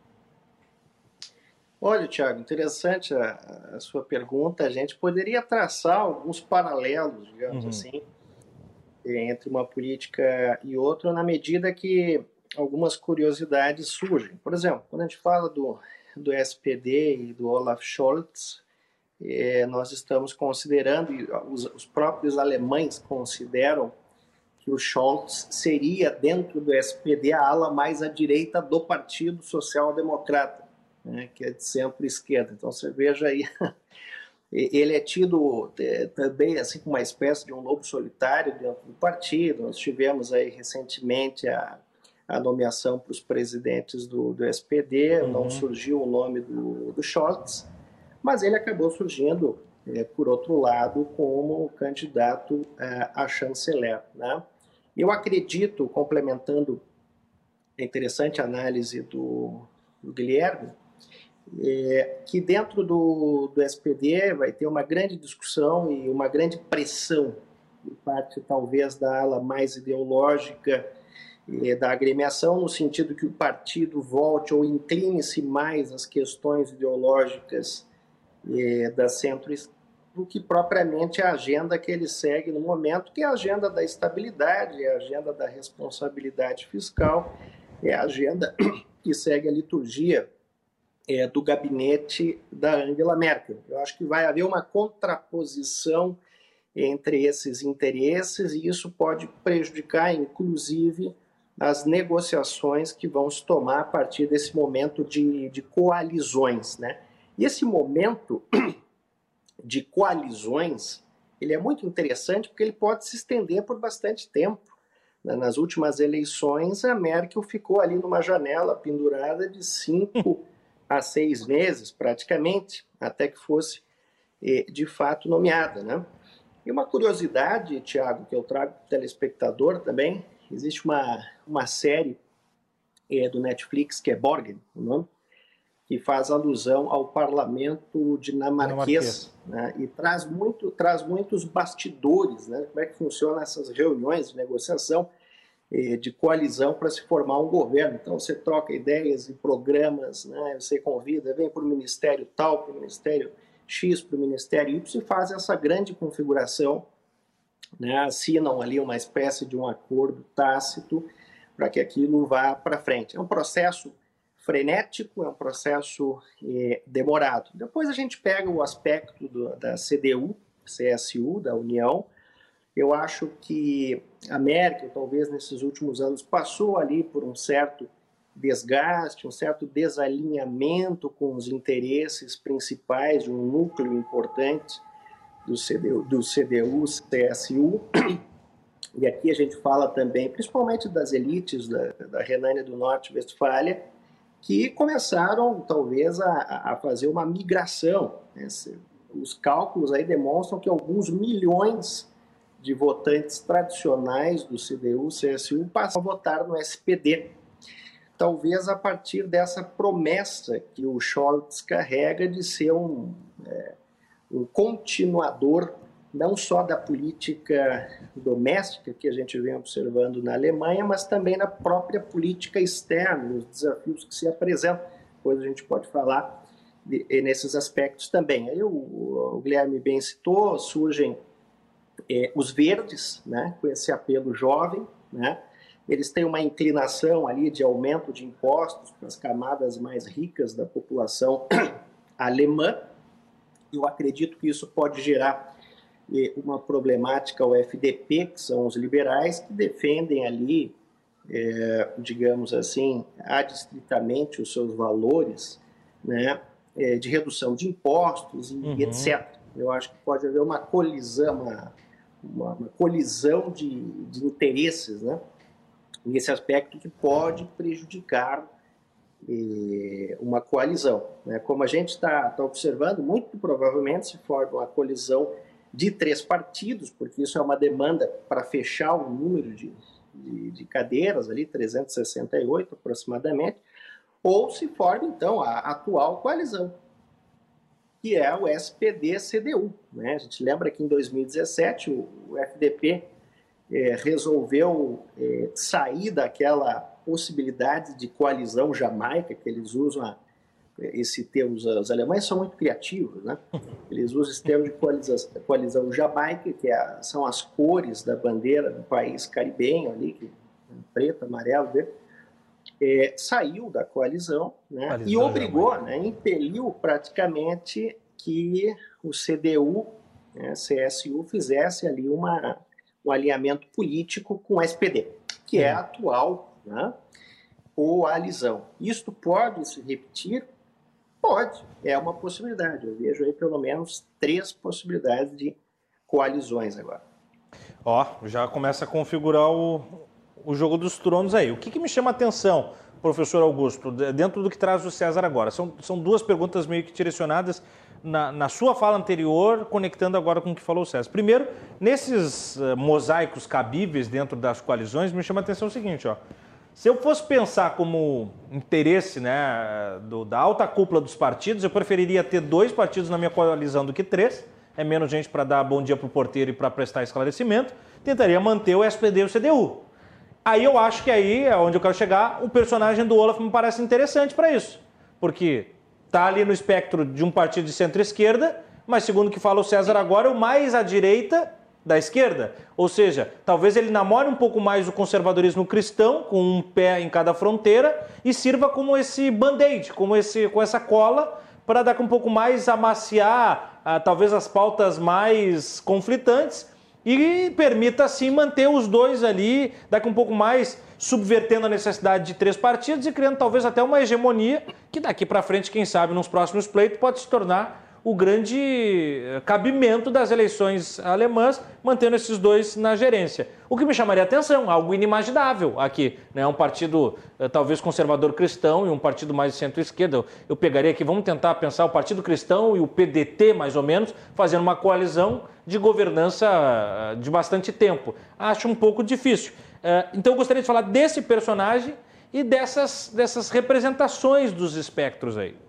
Olha, Thiago, interessante a sua pergunta. A gente poderia traçar alguns paralelos, digamos assim, entre uma política e outra, na medida que algumas curiosidades surgem. Por exemplo, quando a gente fala do SPD e do Olaf Scholz, nós estamos considerando, e os próprios alemães consideram, que o Scholz seria, dentro do SPD, a ala mais à direita do Partido Social Democrata, né, que é de centro-esquerda. Então você veja aí, ele é tido também assim como uma espécie de um lobo solitário dentro do partido. Nós tivemos aí recentemente a nomeação para os presidentes do SPD, não surgiu o nome do Scholz, mas ele acabou surgindo, por outro lado, como candidato a chanceler, né? Eu acredito, complementando a interessante análise do Guilherme, que dentro do SPD vai ter uma grande discussão e uma grande pressão por parte, talvez, da ala mais ideológica da agremiação, no sentido que o partido volte ou incline-se mais às questões ideológicas da centro-esquerda do que propriamente a agenda que ele segue no momento, que é a agenda da estabilidade, é a agenda da responsabilidade fiscal, é a agenda que segue a liturgia do gabinete da Angela Merkel. Eu acho que vai haver uma contraposição entre esses interesses e isso pode prejudicar, inclusive, as negociações que vão se tomar a partir desse momento de coalizões, né? E esse momento de coalizões, ele é muito interessante porque ele pode se estender por bastante tempo. Nas últimas eleições, a Merkel ficou ali numa janela pendurada de 5 a 6 meses, praticamente, até que fosse, de fato, nomeada, né? E uma curiosidade, Thiago, que eu trago para o telespectador também, existe uma série do Netflix, que é Borgen, o nome, que faz alusão ao parlamento dinamarquês, né? E traz muitos bastidores, né? Como é que funcionam essas reuniões de negociação, de coalizão para se formar um governo. Então você troca ideias e programas, né? Você convida, vem para o ministério tal, para o ministério X, para o ministério Y, e faz essa grande configuração, né? Assinam ali uma espécie de um acordo tácito para que aquilo vá para frente. É um processo frenético, é um processo demorado. Depois a gente pega o aspecto da CDU, CSU, da União, Eu acho que a Merkel, talvez nesses últimos anos, passou ali por um certo desgaste, um certo desalinhamento com os interesses principais de um núcleo importante do CDU-CSU. E aqui a gente fala também, principalmente das elites da Renânia do Norte-Westfália, que começaram, talvez, a fazer uma migração. Os cálculos aí demonstram que alguns milhões de votantes tradicionais do CDU-CSU passam a votar no SPD. Talvez a partir dessa promessa que o Scholz carrega de ser um continuador não só da política doméstica que a gente vem observando na Alemanha, mas também na própria política externa, nos desafios que se apresentam. Depois a gente pode falar nesses aspectos também. Aí o Guilherme bem citou, surgem os verdes, né, com esse apelo jovem, né? Eles têm uma inclinação ali de aumento de impostos para as camadas mais ricas da população alemã. Eu acredito que isso pode gerar uma problemática ao FDP, que são os liberais, que defendem ali, digamos assim, adstritamente os seus valores, né, de redução de impostos e etc. Eu acho que pode haver uma colisão, uma colisão de interesses, né, nesse aspecto que pode prejudicar uma coalizão, né? Como a gente está observando, muito provavelmente se forma uma colisão de 3 partidos, porque isso é uma demanda para fechar o número de cadeiras, ali 368 aproximadamente, ou se forma então a atual coalizão, que é o SPD-CDU, né? A gente lembra que em 2017 o FDP resolveu sair daquela possibilidade de coalizão jamaica, que eles usam esse termo, os alemães são muito criativos, né? Eles usam esse termo de coalizão jamaica, que são as cores da bandeira do país caribenho ali, que preto, amarelo, verde. Saiu da coalizão, né? E obrigou, né, impeliu praticamente que o CDU, né, CSU, fizesse ali um alinhamento político com o SPD, que é a atual, né, coalizão. Isto pode se repetir? Pode, é uma possibilidade. Eu vejo aí pelo menos 3 possibilidades de coalizões agora. Já começa a configurar o jogo dos tronos aí. O que me chama a atenção, professor Augusto, dentro do que traz o César agora? São 2 perguntas meio que direcionadas na sua fala anterior, conectando agora com o que falou o César. Primeiro, nesses mosaicos cabíveis dentro das coalizões, me chama a atenção o seguinte, se eu fosse pensar como interesse, né, da alta cúpula dos partidos, eu preferiria ter 2 partidos na minha coalizão do que 3, é menos gente para dar bom dia para o porteiro e para prestar esclarecimento, tentaria manter o SPD e o CDU. Aí eu acho que aí é onde eu quero chegar, o personagem do Olaf me parece interessante para isso, porque está ali no espectro de um partido de centro-esquerda, mas segundo o que fala o César agora, o mais à direita da esquerda. Ou seja, talvez ele namore um pouco mais o conservadorismo cristão, com um pé em cada fronteira, e sirva como esse band-aid, com essa cola, para dar um pouco mais amaciar talvez as pautas mais conflitantes e permita assim manter os 2 ali, daqui um pouco mais subvertendo a necessidade de 3 partidos e criando talvez até uma hegemonia que daqui para frente, quem sabe, nos próximos pleitos pode se tornar o grande cabimento das eleições alemãs, mantendo esses 2 na gerência. O que me chamaria a atenção, algo inimaginável aqui, né? Um partido talvez conservador cristão e um partido mais centro-esquerda. Eu pegaria aqui, vamos tentar pensar o Partido Cristão e o PDT, mais ou menos, fazendo uma coalizão de governança de bastante tempo. Acho um pouco difícil. Então eu gostaria de falar desse personagem e dessas representações dos espectros aí.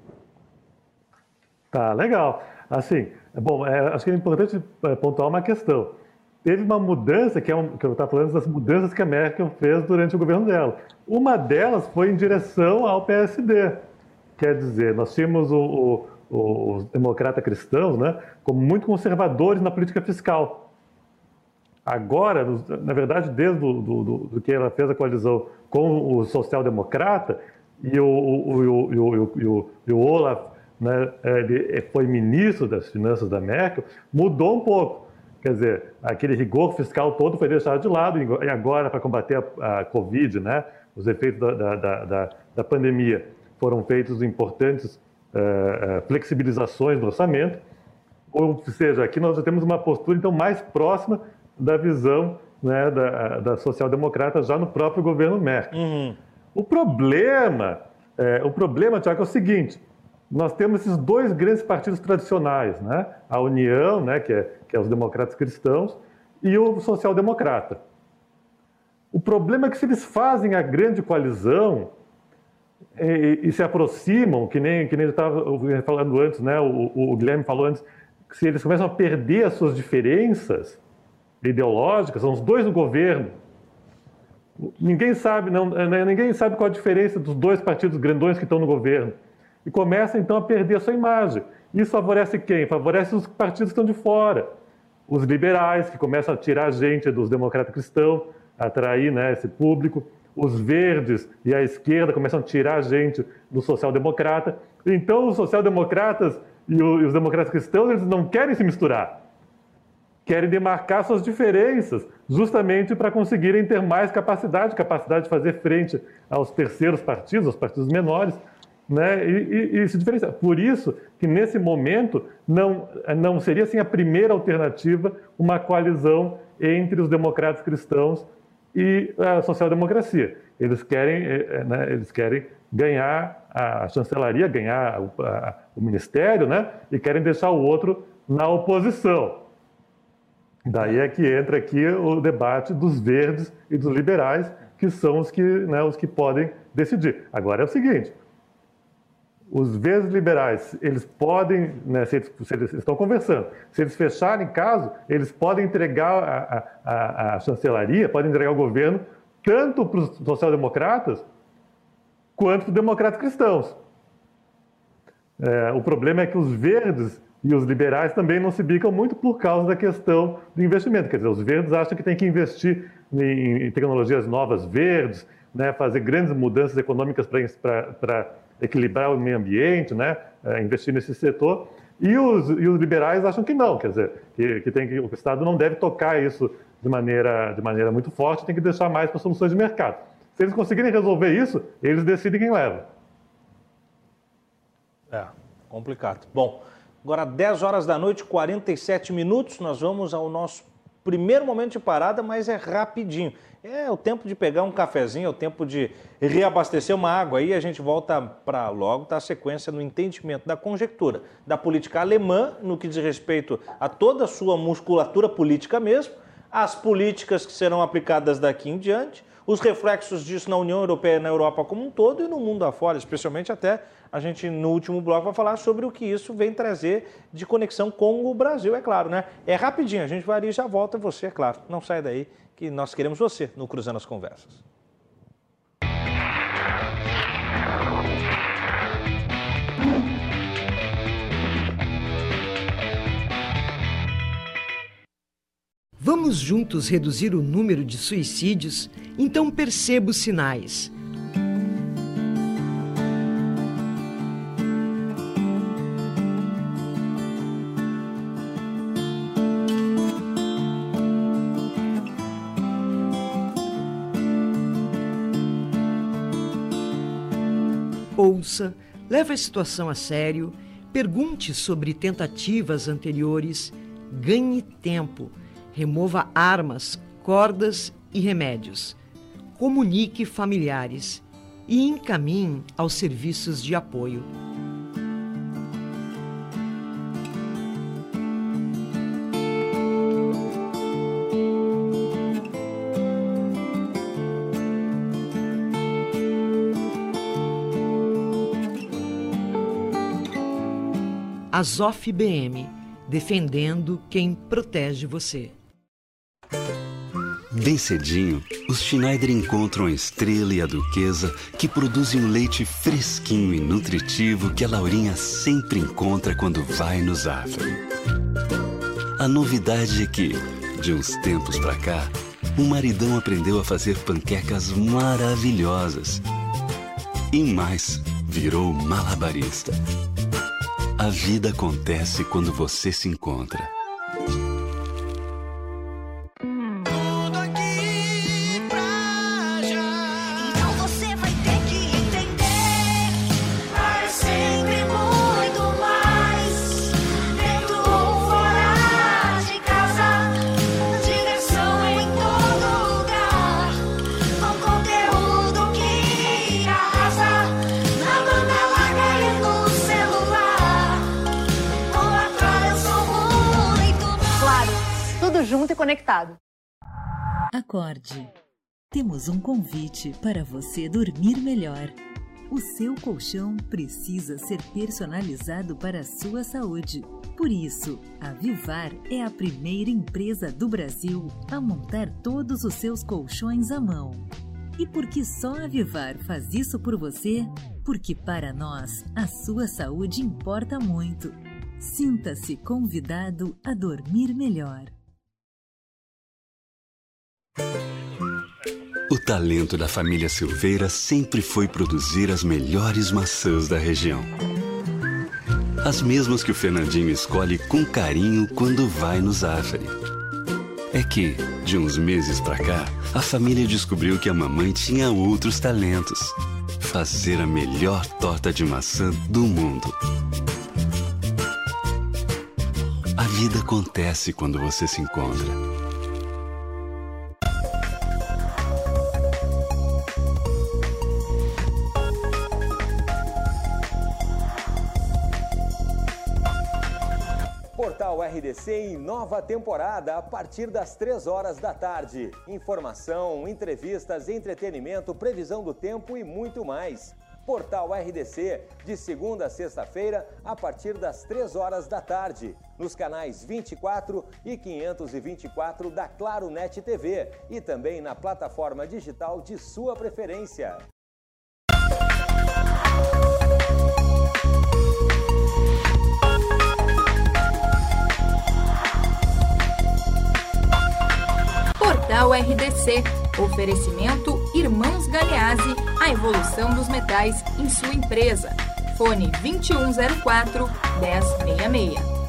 Tá, legal. Assim, bom, acho que é importante pontuar uma questão. Teve uma mudança, que eu estava falando das mudanças que a Merkel fez durante o governo dela. Uma delas foi em direção ao PSD. Quer dizer, nós tínhamos os democratas cristãos, né, como muito conservadores na política fiscal. Agora, na verdade, desde do que ela fez a coalizão com o social-democrata e o Olaf, né, ele foi ministro das finanças da Merkel, mudou um pouco. Quer dizer, aquele rigor fiscal todo foi deixado de lado e agora, para combater a Covid, né, os efeitos da pandemia, foram feitos importantes flexibilizações do orçamento. Ou seja, aqui nós já temos uma postura, então, mais próxima da visão, né, da social-democrata já no próprio governo Merkel. Uhum. O problema, Tiago, é o seguinte: nós temos esses dois grandes partidos tradicionais, né? A União, né, que é os democratas cristãos, e o social-democrata. O problema é que se eles fazem a grande coalizão e se aproximam, que nem eu estava falando antes, né? O Guilherme falou antes, que se eles começam a perder as suas diferenças ideológicas, são os dois no governo. Ninguém sabe qual a diferença dos dois partidos grandões que estão no governo. E começa, então, a perder a sua imagem. Isso favorece quem? Favorece os partidos que estão de fora. Os liberais, que começam a tirar gente dos democratas cristãos, atrair, né, esse público. Os verdes e a esquerda começam a tirar gente do social-democrata. Então, os social-democratas e os democratas cristãos, eles não querem se misturar. Querem demarcar suas diferenças, justamente para conseguirem ter mais capacidade de fazer frente aos terceiros partidos, aos partidos menores, né, e se diferenciar. Por isso que, nesse momento, não seria assim a primeira alternativa uma coalizão entre os democratas cristãos e a social-democracia. Eles querem ganhar a chancelaria, ganhar o ministério, né, e querem deixar o outro na oposição. Daí é que entra aqui o debate dos verdes e dos liberais, que são os que podem decidir. Agora é o seguinte: os verdes liberais, eles podem, né, se eles estão conversando, se eles fecharem caso, eles podem entregar a chancelaria, podem entregar o governo, tanto para os social-democratas quanto para os democratas cristãos. O problema é que os verdes e os liberais também não se bicam muito por causa da questão do investimento. Quer dizer, os verdes acham que tem que investir em tecnologias novas verdes, né, fazer grandes mudanças econômicas para equilibrar o meio ambiente, né, investir nesse setor. E os liberais acham que não, quer dizer, que o Estado não deve tocar isso de maneira muito forte, tem que deixar mais para soluções de mercado. Se eles conseguirem resolver isso, eles decidem quem leva. Complicado. Bom, agora 10 horas da noite, 47 minutos, nós vamos ao nosso primeiro momento de parada, mas é rapidinho. É o tempo de pegar um cafezinho, é o tempo de reabastecer uma água. Aí a gente volta para logo, tá a sequência no entendimento da conjectura da política alemã, no que diz respeito a toda a sua musculatura política mesmo, as políticas que serão aplicadas daqui em diante, os reflexos disso na União Europeia, na Europa como um todo e no mundo afora, especialmente até a gente no último bloco vai falar sobre o que isso vem trazer de conexão com o Brasil, é claro, né? É rapidinho, a gente vai ali e já volta, você, é claro, não sai daí que nós queremos você no Cruzando as Conversas. Vamos juntos reduzir o número de suicídios? Então perceba os sinais. Ouça, leve a situação a sério, pergunte sobre tentativas anteriores, ganhe tempo, remova armas, cordas e remédios, comunique familiares e encaminhe aos serviços de apoio. Azof BM, defendendo quem protege você. Bem cedinho, os Schneider encontram a Estrela e a Duquesa, que produzem um leite fresquinho e nutritivo que a Laurinha sempre encontra quando vai no Zafari. A novidade é que, de uns tempos pra cá, o maridão aprendeu a fazer panquecas maravilhosas. E mais, virou malabarista. A vida acontece quando você se encontra. conectado. Acorde. Temos um convite para você dormir melhor. O seu colchão precisa ser personalizado para a sua saúde. Por isso, a Vivar é a primeira empresa do Brasil a montar todos os seus colchões à mão. E por que só a Vivar faz isso por você? Porque para nós, a sua saúde importa muito. Sinta-se convidado a dormir melhor. O talento da família Silveira sempre foi produzir as melhores maçãs da região. As mesmas que o Fernandinho escolhe com carinho quando vai no Zafari. É que, de uns meses pra cá, a família descobriu que a mamãe tinha outros talentos. Fazer a melhor torta de maçã do mundo. A vida acontece quando você se encontra. Portal RDC em nova temporada a partir das 3 horas da tarde. Informação, entrevistas, entretenimento, previsão do tempo e muito mais. Portal RDC, de segunda a sexta-feira, a partir das 3 horas da tarde. Nos canais 24 e 524 da Claro Net TV e também na plataforma digital de sua preferência. Portal RDC. Oferecimento Irmãos Galeazzi, a evolução dos metais em sua empresa. Fone 2104-1066.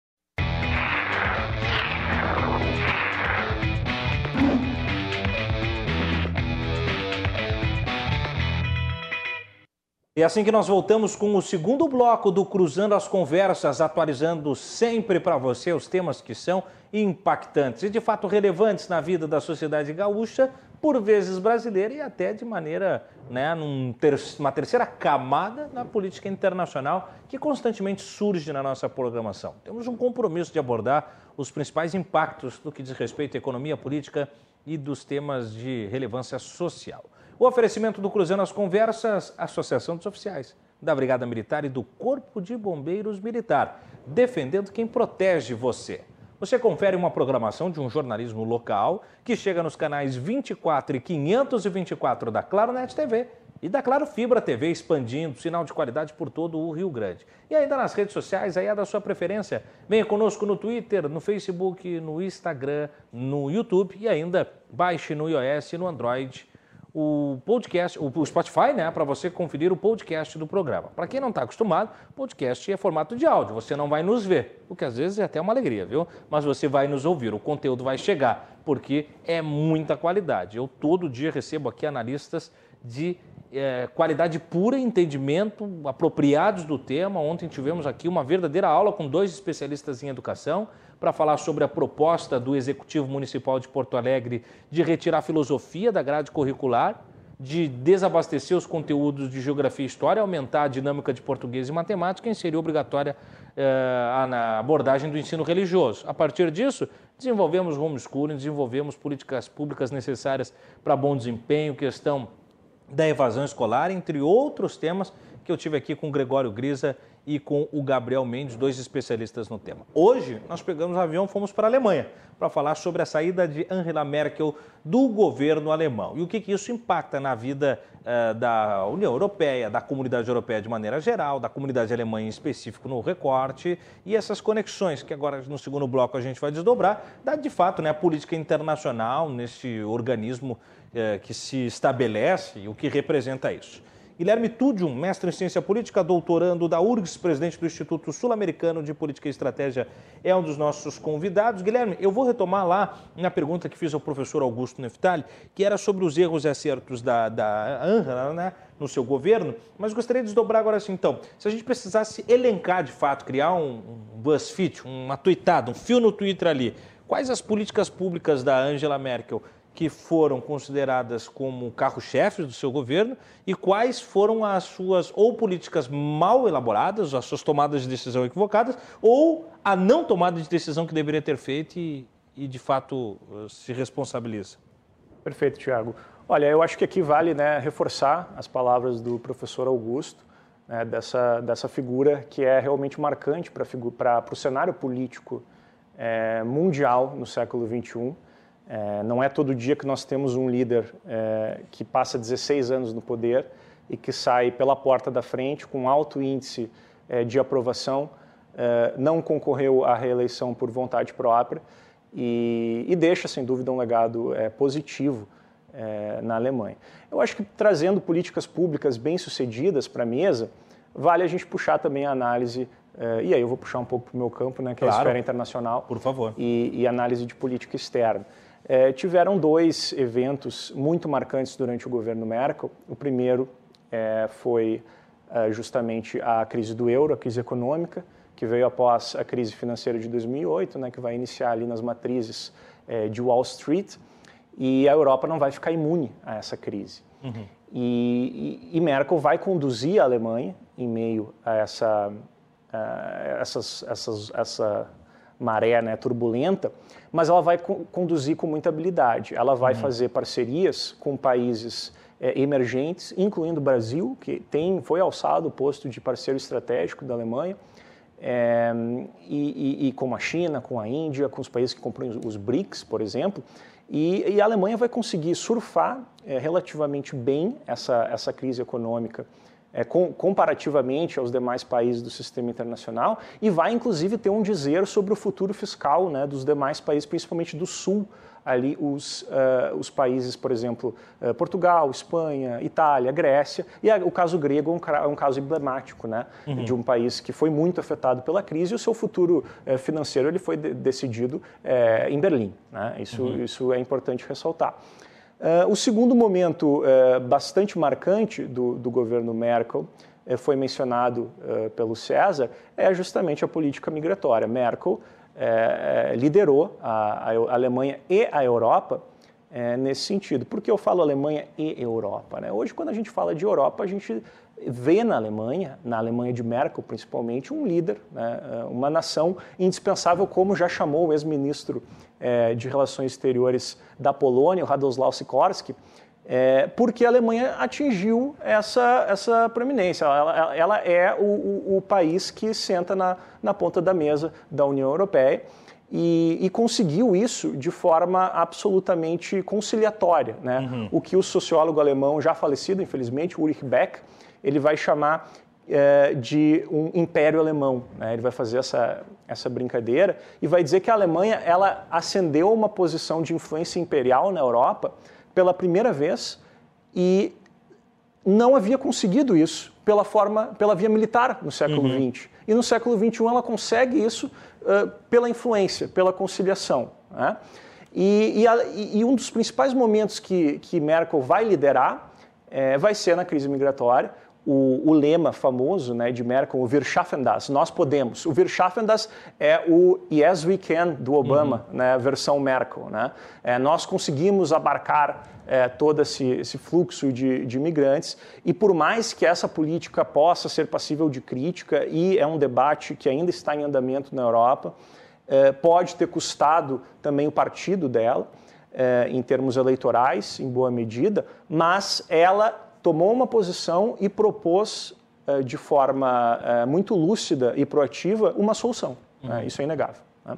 E assim que nós voltamos com o segundo bloco do Cruzando as Conversas, atualizando sempre para você os temas que são impactantes e de fato relevantes na vida da sociedade gaúcha, por vezes brasileira e até de maneira, uma terceira camada na política internacional que constantemente surge na nossa programação. Temos um compromisso de abordar os principais impactos do que diz respeito à economia, política e dos temas de relevância social. O oferecimento do Cruzando as Conversas, Associação dos Oficiais da Brigada Militar e do Corpo de Bombeiros Militar, defendendo quem protege você. Você confere uma programação de um jornalismo local que chega nos canais 24 e 524 da Claro Net TV e da Claro Fibra TV, expandindo sinal de qualidade por todo o Rio Grande. E ainda nas redes sociais, aí é da sua preferência. Venha conosco no Twitter, no Facebook, no Instagram, no YouTube e ainda baixe no iOS e no Android o podcast, o Spotify, para você conferir o podcast do programa. Para quem não está acostumado, podcast é formato de áudio, você não vai nos ver, o que às vezes é até uma alegria, viu? Mas você vai nos ouvir, o conteúdo vai chegar, porque é muita qualidade. Eu todo dia recebo aqui analistas de qualidade pura, entendimento, apropriados do tema. Ontem tivemos aqui uma verdadeira aula com 2 especialistas em educação para falar sobre a proposta do Executivo Municipal de Porto Alegre de retirar a filosofia da grade curricular, de desabastecer os conteúdos de geografia e história, aumentar a dinâmica de português e matemática e inserir obrigatória na abordagem do ensino religioso. A partir disso, desenvolvemos homeschooling, desenvolvemos políticas públicas necessárias para bom desempenho, questão da evasão escolar, entre outros temas que eu tive aqui com o Gregório Grisa e com o Gabriel Mendes, 2 especialistas no tema. Hoje, nós pegamos o avião e fomos para a Alemanha para falar sobre a saída de Angela Merkel do governo alemão e o que isso impacta na vida da União Europeia, da comunidade europeia de maneira geral, da comunidade alemã em específico no recorte e essas conexões que agora no segundo bloco a gente vai desdobrar, da de fato a política internacional nesse organismo que se estabelece e o que representa isso. Guilherme Tudium, mestre em ciência política, doutorando da URGS, presidente do Instituto Sul-Americano de Política e Estratégia, é um dos nossos convidados. Guilherme, eu vou retomar lá na pergunta que fiz ao professor Augusto Neftali, que era sobre os erros e acertos da Angela, no seu governo, mas gostaria de desdobrar agora assim, então, se a gente precisasse elencar de fato, criar um BuzzFeed, uma tweetada, um fio no Twitter ali, quais as políticas públicas da Angela Merkel que foram consideradas como carro-chefes do seu governo e quais foram as suas ou políticas mal elaboradas, as suas tomadas de decisão equivocadas ou a não tomada de decisão que deveria ter feito e e de fato se responsabiliza? Perfeito, Tiago. Olha, eu acho que aqui vale, né, reforçar as palavras do professor Augusto, né, dessa figura que é realmente marcante para o cenário político mundial no século XXI. Não é todo dia que nós temos um líder que passa 16 anos no poder e que sai pela porta da frente com alto índice de aprovação, não concorreu à reeleição por vontade própria e deixa, sem dúvida, um legado positivo na Alemanha. Eu acho que trazendo políticas públicas bem-sucedidas para a mesa, vale a gente puxar também a análise, e aí eu vou puxar um pouco para o meu campo, né, que é a esfera internacional, por favor, e análise de política externa. Tiveram 2 eventos muito marcantes durante o governo Merkel. O primeiro foi justamente a crise do euro, a crise econômica, que veio após a crise financeira de 2008, né, que vai iniciar ali nas matrizes de Wall Street, e a Europa não vai ficar imune a essa crise. Uhum. E Merkel vai conduzir a Alemanha em meio a essa maré, né, turbulenta, mas ela vai conduzir com muita habilidade. Ela vai fazer parcerias com países emergentes, incluindo o Brasil, que foi alçado o posto de parceiro estratégico da Alemanha, e com a China, com a Índia, com os países que compõem os BRICS, por exemplo, e a Alemanha vai conseguir surfar relativamente bem essa crise econômica, comparativamente aos demais países do sistema internacional, e vai inclusive ter um dizer sobre o futuro fiscal, né, dos demais países, principalmente do Sul, ali os países, por exemplo, Portugal, Espanha, Itália, Grécia, e o caso grego é um caso emblemático, né, de um país que foi muito afetado pela crise, e o seu futuro financeiro ele foi decidido em Berlim, né? Isso é importante ressaltar. O segundo momento bastante marcante do governo Merkel, foi mencionado pelo César, é justamente a política migratória. Merkel liderou a Alemanha e a Europa nesse sentido. Por que eu falo Alemanha e Europa, né? Hoje, quando a gente fala de Europa, a gente vê na Alemanha de Merkel principalmente, um líder, né, uma nação indispensável, como já chamou o ex-ministro de Relações Exteriores da Polônia, o Radosław Sikorski, porque a Alemanha atingiu essa proeminência. Ela é o país que senta na ponta da mesa da União Europeia e conseguiu isso de forma absolutamente conciliatória, né? O que o sociólogo alemão já falecido, infelizmente, Ulrich Beck, ele vai chamar de um império alemão, né? Ele vai fazer essa brincadeira e vai dizer que a Alemanha ela ascendeu uma posição de influência imperial na Europa pela primeira vez e não havia conseguido isso pela via militar no século XX. E no século XXI ela consegue isso pela influência, pela conciliação, né? E um dos principais momentos que Merkel vai liderar vai ser na crise migratória. O lema famoso, né, de Merkel, o Wir schaffen das, nós podemos. O Wir schaffen das é o Yes we can do Obama, né, versão Merkel, né? Nós conseguimos abarcar todo esse fluxo de imigrantes e por mais que essa política possa ser passível de crítica e é um debate que ainda está em andamento na Europa, pode ter custado também o partido dela em termos eleitorais, em boa medida, mas ela tomou uma posição e propôs de forma muito lúcida e proativa uma solução. Isso é inegável, né?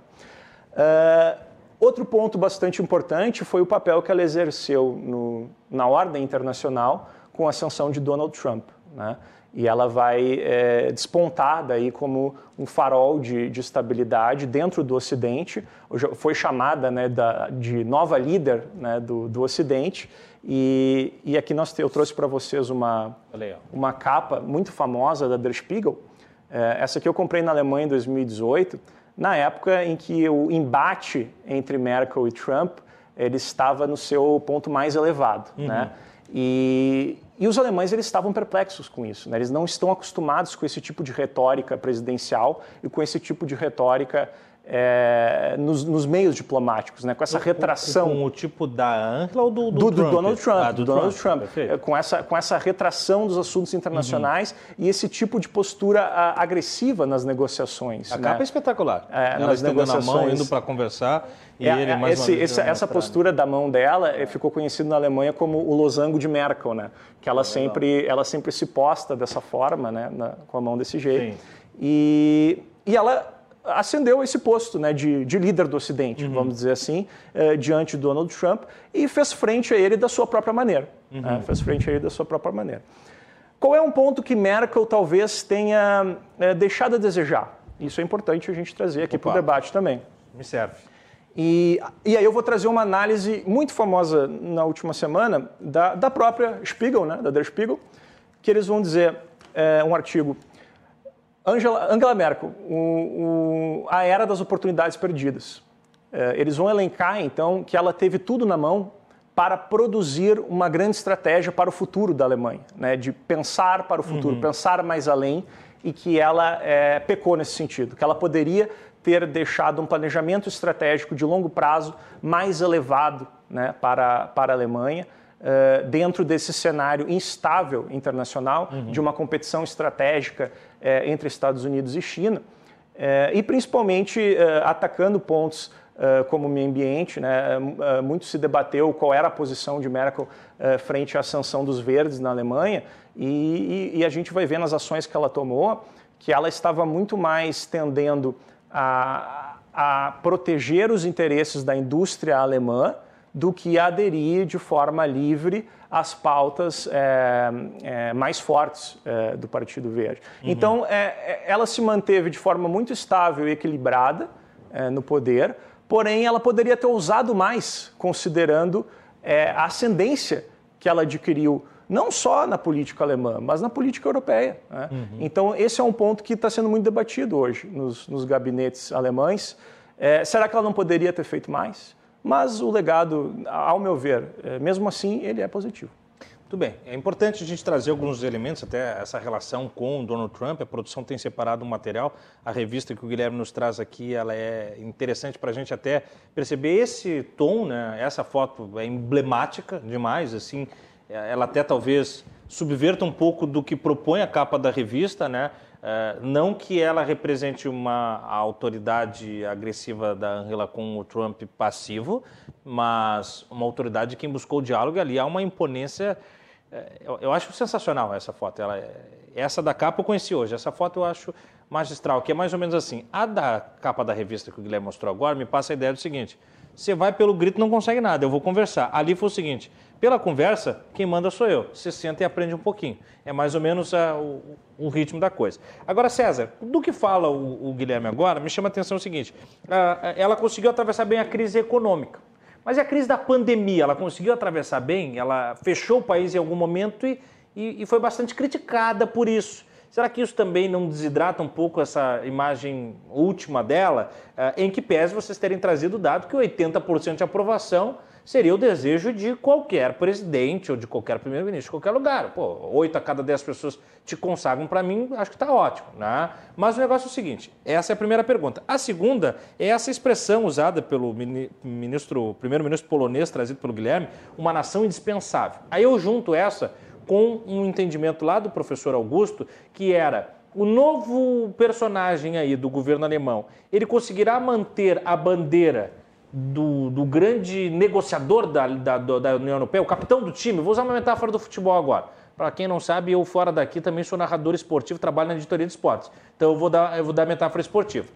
Outro ponto bastante importante foi o papel que ela exerceu na ordem internacional com a ascensão de Donald Trump, né? E ela vai despontar daí como um farol de estabilidade dentro do Ocidente. Foi chamada, né, de nova líder, né, do Ocidente. E aqui eu trouxe para vocês uma capa muito famosa da Der Spiegel. Essa aqui eu comprei na Alemanha em 2018, na época em que o embate entre Merkel e Trump ele estava no seu ponto mais elevado, né? E os alemães eles estavam perplexos com isso, né? Eles não estão acostumados com esse tipo de retórica presidencial e com esse tipo de retórica nos meios diplomáticos, né? Com essa retração. Com o tipo da Angela ou do Trump? Do Donald Trump. do Donald Trump. Trump. Com essa retração dos assuntos internacionais e esse tipo de postura agressiva nas negociações. A capa é espetacular. Ela nas estendendo negociações, a mão, indo para conversar, e ele mais uma vez... Essa postura da mão dela ficou conhecida na Alemanha como o losango de Merkel, né? Que ela sempre se posta dessa forma, né? Com a mão desse jeito. Sim. E ela ascendeu esse posto, né, de líder do Ocidente, vamos dizer assim, diante do Donald Trump, e fez frente a ele da sua própria maneira. Qual é um ponto que Merkel talvez tenha deixado a desejar? Isso é importante a gente trazer aqui para o debate também. Me serve. E aí eu vou trazer uma análise muito famosa na última semana da própria Spiegel, né, da Der Spiegel, que eles vão dizer, um artigo, Angela Merkel, a era das oportunidades perdidas. Eles vão elencar, então, que ela teve tudo na mão para produzir uma grande estratégia para o futuro da Alemanha, né, de pensar para o futuro, pensar mais além, e que ela pecou nesse sentido, que ela poderia ter deixado um planejamento estratégico de longo prazo mais elevado, né, para a Alemanha, dentro desse cenário instável internacional, de uma competição estratégica entre Estados Unidos e China, e principalmente atacando pontos como o meio ambiente, né? Muito se debateu qual era a posição de Merkel frente à sanção dos verdes na Alemanha, e a gente vai ver nas ações que ela tomou que ela estava muito mais tendendo a proteger os interesses da indústria alemã do que aderir de forma livre às pautas mais fortes do Partido Verde. Então, ela se manteve de forma muito estável e equilibrada no poder, porém, ela poderia ter ousado mais, considerando a ascendência que ela adquiriu, não só na política alemã, mas na política europeia. Né? Então, esse é um ponto que está sendo muito debatido hoje nos gabinetes alemães. Será que ela não poderia ter feito mais? Mas o legado, ao meu ver, mesmo assim, ele é positivo. Muito bem. É importante a gente trazer alguns elementos, até essa relação com o Donald Trump. A produção tem separado um material. A revista que o Guilherme nos traz aqui, ela é interessante para a gente até perceber esse tom, né? Essa foto é emblemática demais, assim. Ela até talvez subverta um pouco do que propõe a capa da revista, né? Não que ela represente uma autoridade agressiva da Angela com o Trump passivo, mas uma autoridade de quem buscou o diálogo. Ali há uma imponência, eu acho sensacional essa foto. Essa da capa eu conheci hoje, essa foto eu acho magistral, que é mais ou menos assim. A da capa da revista que o Guilherme mostrou agora me passa a ideia do seguinte: você vai pelo grito e não consegue nada, eu vou conversar. Ali foi o seguinte: pela conversa, quem manda sou eu. Você senta e aprende um pouquinho. É mais ou menos o ritmo da coisa. Agora, César, do que fala o Guilherme agora, me chama a atenção o seguinte: ela conseguiu atravessar bem a crise econômica. Mas e a crise da pandemia? Ela conseguiu atravessar bem? Ela fechou o país em algum momento e foi bastante criticada por isso. Será que isso também não desidrata um pouco essa imagem última dela, em que pese vocês terem trazido o dado que 80% de aprovação seria o desejo de qualquer presidente ou de qualquer primeiro-ministro, de qualquer lugar. 8 a cada 10 pessoas te consagram, para mim, acho que está ótimo, né? Mas o negócio é o seguinte, essa é a primeira pergunta. A segunda é essa expressão usada pelo primeiro-ministro polonês, trazido pelo Guilherme, uma nação indispensável. Aí eu junto essa com um entendimento lá do professor Augusto, que era: o novo personagem aí do governo alemão, ele conseguirá manter a bandeira do grande negociador da União Europeia, o capitão do time. Vou usar uma metáfora do futebol agora. Para quem não sabe, eu fora daqui também sou narrador esportivo, trabalho na editoria de esportes. Então eu vou dar metáfora esportiva.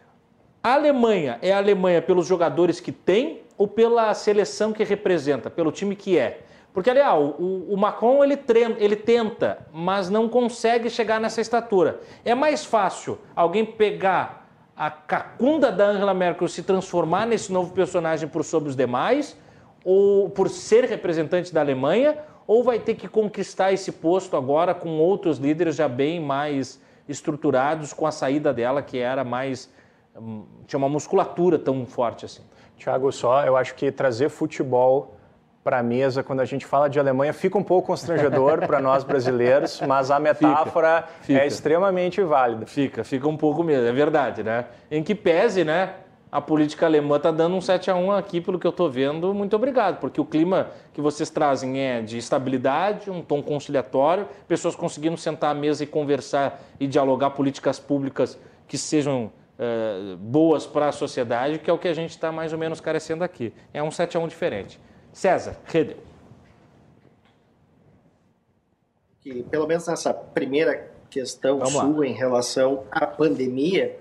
A Alemanha é a Alemanha pelos jogadores que tem ou pela seleção que representa, pelo time que é? Porque, aliás, o Macron ele tenta, mas não consegue chegar nessa estatura. É mais fácil alguém pegar a cacunda da Angela Merkel, se transformar nesse novo personagem por sobre os demais, ou por ser representante da Alemanha, ou vai ter que conquistar esse posto agora com outros líderes já bem mais estruturados, com a saída dela, que era mais... tinha uma musculatura tão forte assim. Thiago, eu acho que trazer futebol para a mesa quando a gente fala de Alemanha. Fica um pouco constrangedor para nós brasileiros, mas a metáfora é extremamente válida. Fica um pouco mesmo, é verdade, né? Em que pese, né? A política alemã está dando um 7-1 aqui, pelo que eu estou vendo. Muito obrigado, porque o clima que vocês trazem é de estabilidade, um tom conciliatório, pessoas conseguindo sentar à mesa e conversar e dialogar políticas públicas que sejam boas para a sociedade, que é o que a gente está mais ou menos carecendo aqui. É um 7-1 diferente. César Redel. Que, pelo menos nessa primeira questão sua em relação à pandemia,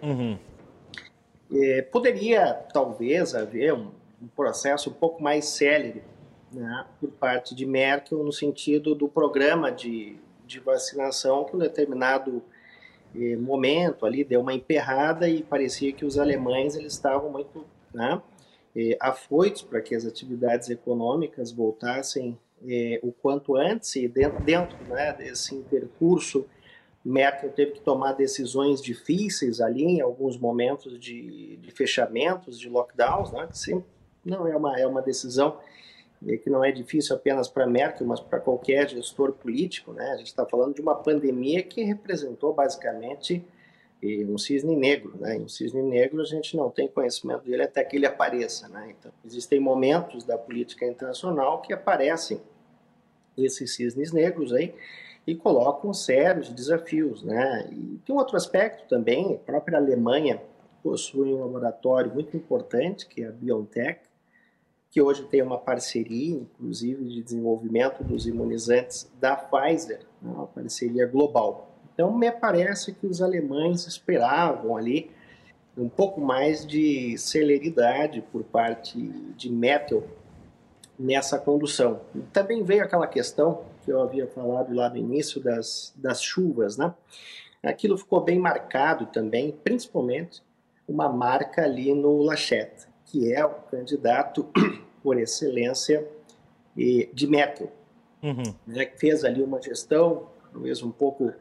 poderia talvez haver um processo um pouco mais célere, né, por parte de Merkel, no sentido do programa de vacinação, que em um determinado momento ali deu uma emperrada e parecia que os alemães eles estavam muito, né, afoitos para que as atividades econômicas voltassem o quanto antes, e dentro né, desse percurso Merkel teve que tomar decisões difíceis ali em alguns momentos de fechamentos, de lockdowns, né, que sempre não é uma decisão que não é difícil apenas para Merkel, mas para qualquer gestor político, né? A gente está falando de uma pandemia que representou basicamente um cisne negro, né? E um cisne negro a gente não tem conhecimento dele até que ele apareça, né? Então, existem momentos da política internacional que aparecem esses cisnes negros aí e colocam sérios desafios, né? E tem um outro aspecto também, a própria Alemanha possui um laboratório muito importante, que é a BioNTech, que hoje tem uma parceria, inclusive, de desenvolvimento dos imunizantes da Pfizer, né, uma parceria global. Então, me parece que os alemães esperavam ali um pouco mais de celeridade por parte de Merkel nessa condução. E também veio aquela questão que eu havia falado lá no início das chuvas, né? Aquilo ficou bem marcado também, principalmente uma marca ali no Laschet, que é o candidato por excelência de Merkel, né, que fez ali uma gestão, talvez um pouco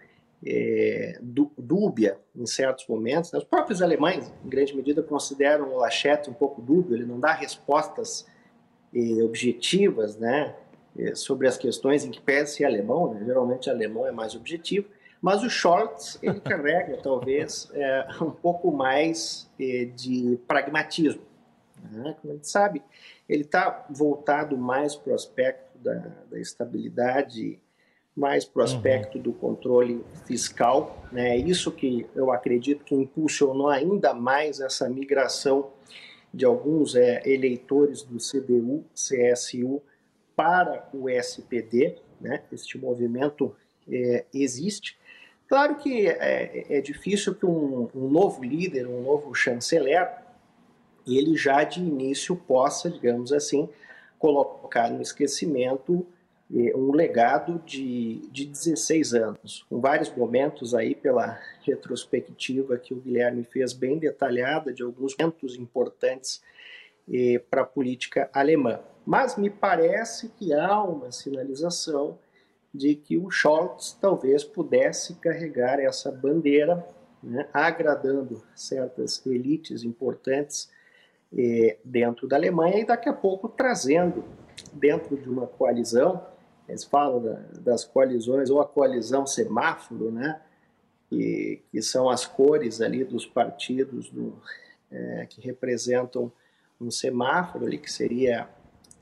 dúbia em certos momentos. Os próprios alemães, em grande medida, consideram o Laschet um pouco dúbio, ele não dá respostas objetivas, né, sobre as questões em que pese ser alemão, né, geralmente alemão é mais objetivo, mas o Scholz, ele carrega talvez um pouco mais de pragmatismo. Como a gente sabe, ele está voltado mais para o aspecto da estabilidade, mais para o aspecto do controle fiscal, né? Isso que eu acredito que impulsionou ainda mais essa migração de alguns eleitores do CDU, CSU para o SPD, né? Este movimento existe. Claro que é difícil que um novo líder, um novo chanceler, ele já de início possa, digamos assim, colocar no esquecimento um legado de 16 anos, com vários momentos aí pela retrospectiva que o Guilherme fez bem detalhada de alguns momentos importantes para a política alemã. Mas me parece que há uma sinalização de que o Scholz talvez pudesse carregar essa bandeira, né, agradando certas elites importantes dentro da Alemanha e daqui a pouco trazendo dentro de uma coalizão, eles falam das coalizões ou a coalizão semáforo, né, que são as cores ali dos partidos que representam um semáforo ali, que seria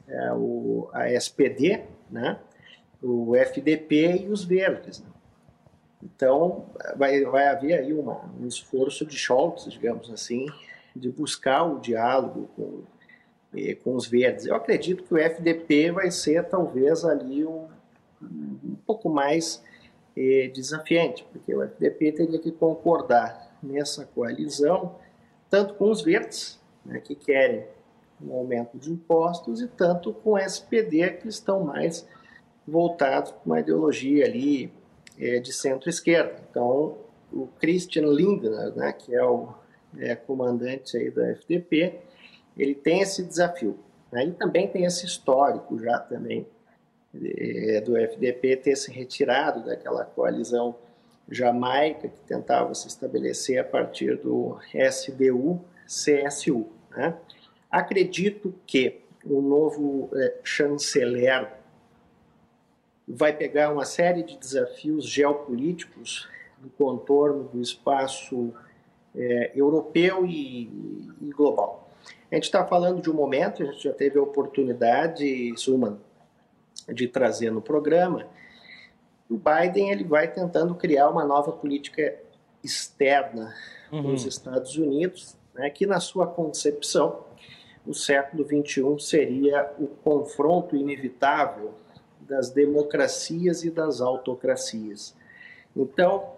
a SPD, né, o FDP e os verdes, né? Então vai haver aí um esforço de Scholz, digamos assim, de buscar o diálogo com os verdes. Eu acredito que o FDP vai ser talvez ali um pouco mais desafiante, porque o FDP teria que concordar nessa coalizão tanto com os verdes, né, que querem um aumento de impostos, e tanto com o SPD, que estão mais voltados para uma ideologia ali de centro-esquerda. Então, o Christian Lindner, né, que é o comandante aí da FDP, ele tem esse desafio, né? E também tem esse histórico já também do FDP ter se retirado daquela coalizão jamaica que tentava se estabelecer a partir do SDU-CSU, né? Acredito que o novo chanceler vai pegar uma série de desafios geopolíticos no contorno do espaço europeu e global. A gente está falando de um momento, a gente já teve a oportunidade, Suman, de trazer no programa, o Biden ele vai tentando criar uma nova política externa dos Estados Unidos, né, que na sua concepção, o século XXI seria o confronto inevitável das democracias e das autocracias. Então,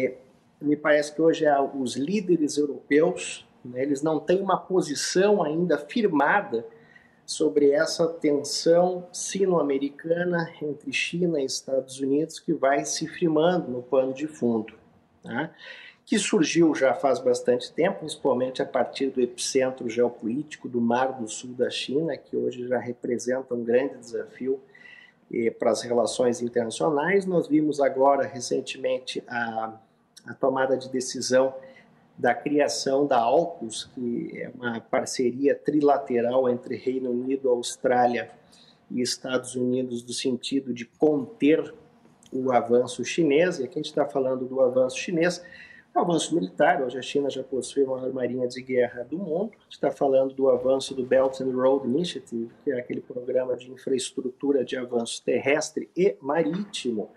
me parece que hoje os líderes europeus, né, eles não têm uma posição ainda firmada sobre essa tensão sino-americana entre China e Estados Unidos que vai se firmando no pano de fundo, né? Que surgiu já faz bastante tempo, principalmente a partir do epicentro geopolítico do Mar do Sul da China, que hoje já representa um grande desafio para as relações internacionais. Nós vimos agora, recentemente, a tomada de decisão da criação da AUKUS, que é uma parceria trilateral entre Reino Unido, Austrália e Estados Unidos, no sentido de conter o avanço chinês. E aqui a gente está falando do avanço chinês, o avanço militar. Hoje a China já possui a maior marinha de guerra do mundo. A gente está falando do avanço do Belt and Road Initiative, que é aquele programa de infraestrutura de avanço terrestre e marítimo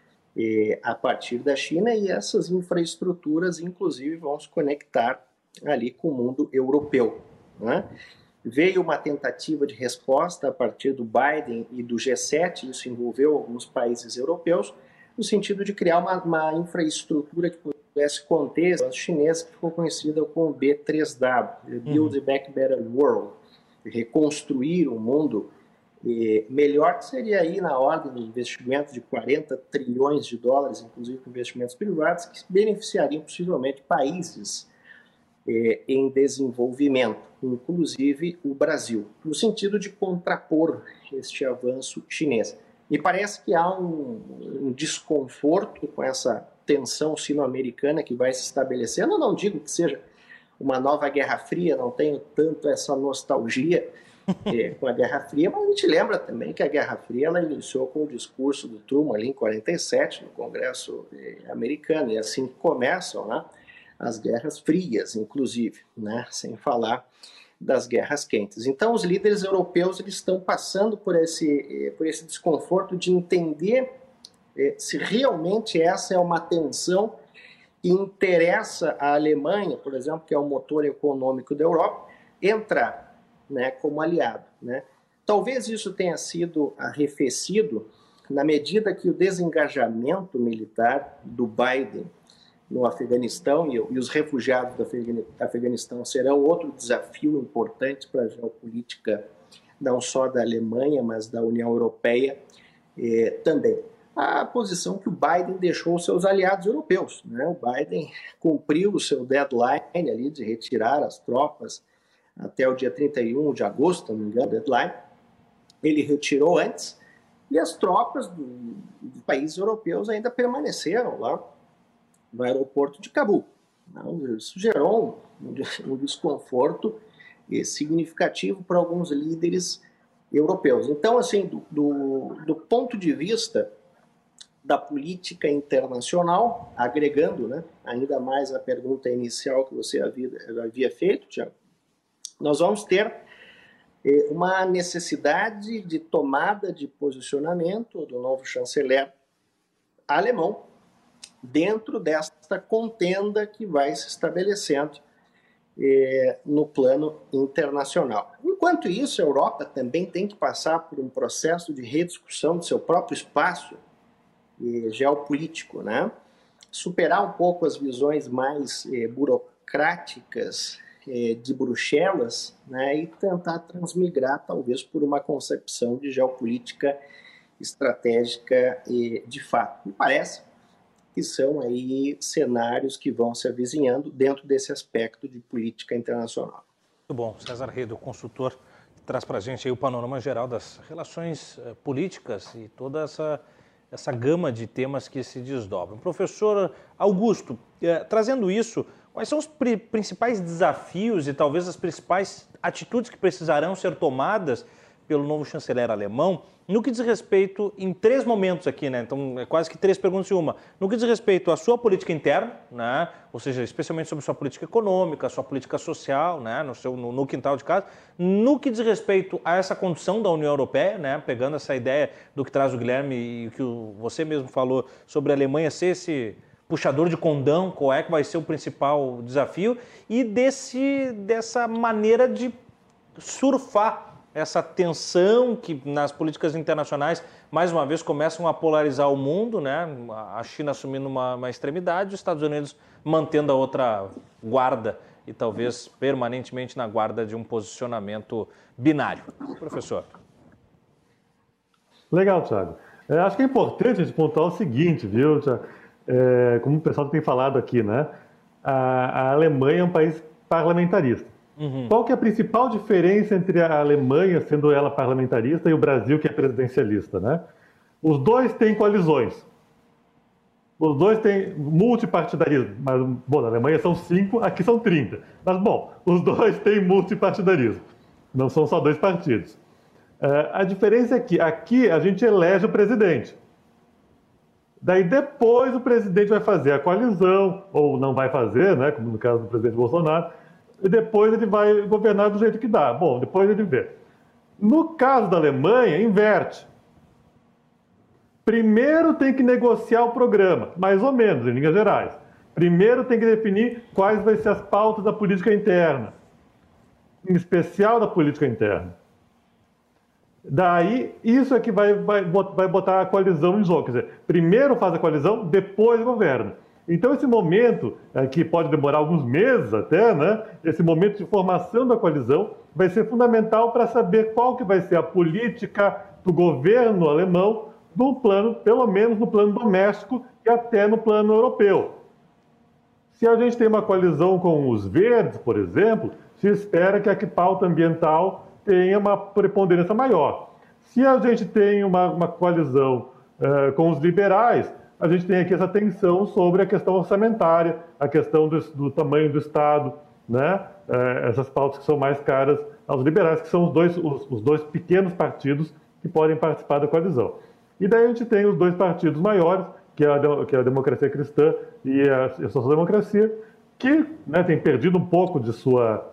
a partir da China, e essas infraestruturas, inclusive, vão se conectar ali com o mundo europeu, né? Veio uma tentativa de resposta a partir do Biden e do G7, isso envolveu alguns países europeus, no sentido de criar uma infraestrutura que pudesse conter o chinês, que ficou conhecida como B3W, Build Back Better World, reconstruir um mundo melhor, que seria aí na ordem de investimentos de 40 trilhões de dólares, inclusive com investimentos privados, que beneficiariam possivelmente países em desenvolvimento, inclusive o Brasil, no sentido de contrapor este avanço chinês. Me parece que há um desconforto com essa tensão sino-americana que vai se estabelecendo. Eu não digo que seja uma nova Guerra Fria, não tenho tanto essa nostalgia com a Guerra Fria, mas a gente lembra também que a Guerra Fria ela iniciou com o discurso do Truman ali em 47, no Congresso americano, e assim começam, né, as guerras frias, inclusive, né, sem falar das guerras quentes. Então, os líderes europeus eles estão passando por esse desconforto de entender se realmente essa é uma tensão que interessa a Alemanha, por exemplo, que é o motor econômico da Europa, entrar, né, como aliado, né? Talvez isso tenha sido arrefecido na medida que o desengajamento militar do Biden no Afeganistão e os refugiados do Afeganistão serão outro desafio importante para a geopolítica não só da Alemanha, mas da União Europeia também. A posição que o Biden deixou aos seus aliados europeus, né? O Biden cumpriu o seu deadline ali de retirar as tropas até o dia 31 de agosto, não me engano, deadline. Ele retirou antes e as tropas dos países europeus ainda permaneceram lá no aeroporto de Cabul. Isso gerou um desconforto significativo para alguns líderes europeus. Então, assim, do ponto de vista da política internacional, agregando, né, ainda mais a pergunta inicial que você havia feito, Tiago, nós vamos ter uma necessidade de tomada de posicionamento do novo chanceler alemão dentro desta contenda que vai se estabelecendo no plano internacional. Enquanto isso, a Europa também tem que passar por um processo de rediscussão do seu próprio espaço geopolítico, né? Superar um pouco as visões mais burocráticas de Bruxelas, né? E tentar transmigrar, talvez, por uma concepção de geopolítica estratégica de fato. Me parece que são aí cenários que vão se avizinhando dentro desse aspecto de política internacional. Muito bom. César Redo, consultor, que traz para a gente aí o panorama geral das relações políticas e toda essa gama de temas que se desdobram. Professor Augusto, trazendo isso, quais são os principais desafios e talvez as principais atitudes que precisarão ser tomadas pelo novo chanceler alemão, no que diz respeito, em 3 momentos aqui, né? Então, é quase que 3 perguntas em uma. No que diz respeito à sua política interna, né? Ou seja, especialmente sobre sua política econômica, sua política social, né? No quintal de casa. No que diz respeito a essa condução da União Europeia, né? Pegando essa ideia do que traz o Guilherme e o que você mesmo falou sobre a Alemanha ser esse puxador de condão, qual é que vai ser o principal desafio, e dessa maneira de surfar essa tensão que nas políticas internacionais, mais uma vez, começam a polarizar o mundo, né? A China assumindo uma extremidade, os Estados Unidos mantendo a outra guarda e talvez permanentemente na guarda de um posicionamento binário. Professor. Legal, Thiago. Acho que é importante a gente pontuar o seguinte, viu, Thiago? Como o pessoal tem falado aqui, né? A Alemanha é um país parlamentarista. Qual que é a principal diferença entre a Alemanha, sendo ela parlamentarista, e o Brasil, que é presidencialista, né? Os dois têm coalizões. Os dois têm multipartidarismo. Mas, bom, na Alemanha são 5, aqui são 30. Mas, bom, os dois têm multipartidarismo. Não são só 2 partidos. A diferença é que aqui a gente elege o presidente. Daí depois o presidente vai fazer a coalizão, ou não vai fazer, né? Como no caso do presidente Bolsonaro, e depois ele vai governar do jeito que dá. Bom, depois ele vê. No caso da Alemanha, inverte. Primeiro tem que negociar o programa, mais ou menos, em linhas gerais. Primeiro tem que definir quais vão ser as pautas da política interna, em especial da política interna. Daí, isso é que vai botar a coalizão em jogo. Quer dizer, primeiro faz a coalizão, depois governa. Então, esse momento, que pode demorar alguns meses até, né? Esse momento de formação da coalizão vai ser fundamental para saber qual que vai ser a política do governo alemão no plano, pelo menos no plano doméstico e até no plano europeu. Se a gente tem uma coalizão com os verdes, por exemplo, se espera que a pauta ambiental tenha uma preponderância maior. Se a gente tem uma coalizão com os liberais, a gente tem aqui essa tensão sobre a questão orçamentária, a questão do tamanho do Estado, né? Essas pautas que são mais caras aos liberais, que são os dois pequenos partidos que podem participar da coalizão. E daí a gente tem os 2 partidos maiores, que é a Democracia Cristã e a Social-Democracia, que, né, tem perdido um pouco de sua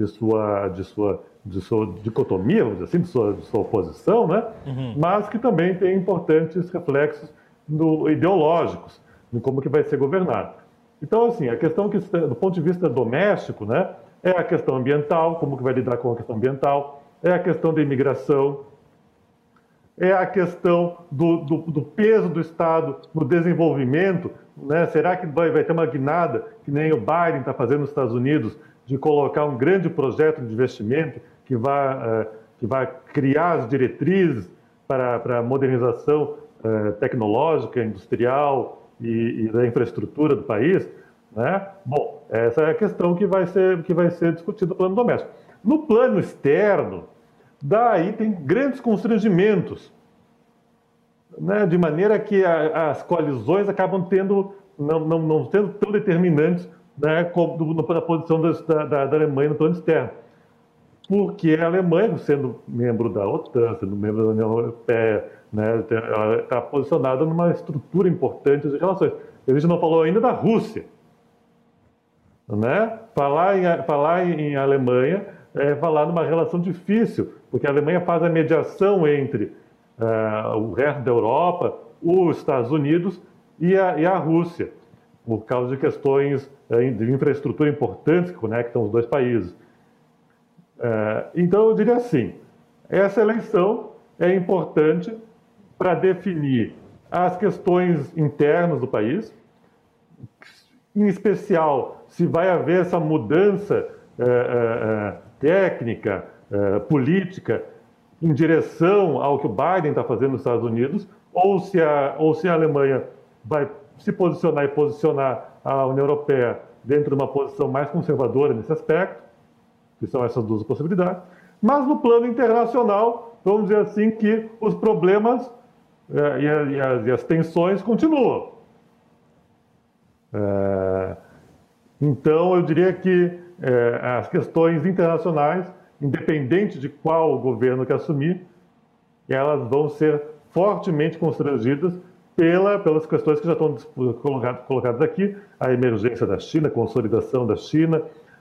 dicotomia, vamos dizer assim, de sua oposição, né? Mas que também tem importantes reflexos ideológicos em como que vai ser governado. Então, assim, a questão que, do ponto de vista doméstico, né, é a questão ambiental, como que vai lidar com a questão ambiental, é a questão da imigração, é a questão do peso do Estado no desenvolvimento, né? Será que vai ter uma guinada, que nem o Biden está fazendo nos Estados Unidos, de colocar um grande projeto de investimento que vai criar as diretrizes para a modernização tecnológica, industrial e da infraestrutura do país, né? Bom, essa é a questão que vai ser discutida no plano doméstico. No plano externo, daí tem grandes constrangimentos, né? De maneira que as coalizões acabam não sendo tão determinantes, né, na posição da Alemanha no plano externo. Porque a Alemanha, sendo membro da OTAN, sendo membro da União Europeia, né, ela está posicionada numa estrutura importante de relações. A gente não falou ainda da Rússia. Né? Falar em Alemanha é falar numa relação difícil, porque a Alemanha faz a mediação entre o resto da Europa, os Estados Unidos e a Rússia, por causa de questões de infraestrutura importantes que conectam os 2 países. Então, eu diria assim, essa eleição é importante para definir as questões internas do país, em especial se vai haver essa mudança técnica, política, em direção ao que o Biden está fazendo nos Estados Unidos, ou se a Alemanha vai se posicionar e posicionar a União Europeia dentro de uma posição mais conservadora nesse aspecto, que são essas 2 possibilidades. Mas no plano internacional, vamos dizer assim, que os problemas e as tensões continuam. Então, eu diria que as questões internacionais independente de qual governo que assumir, elas vão ser fortemente constrangidas pelas questões que já estão colocadas aqui, a emergência da China, a consolidação da China,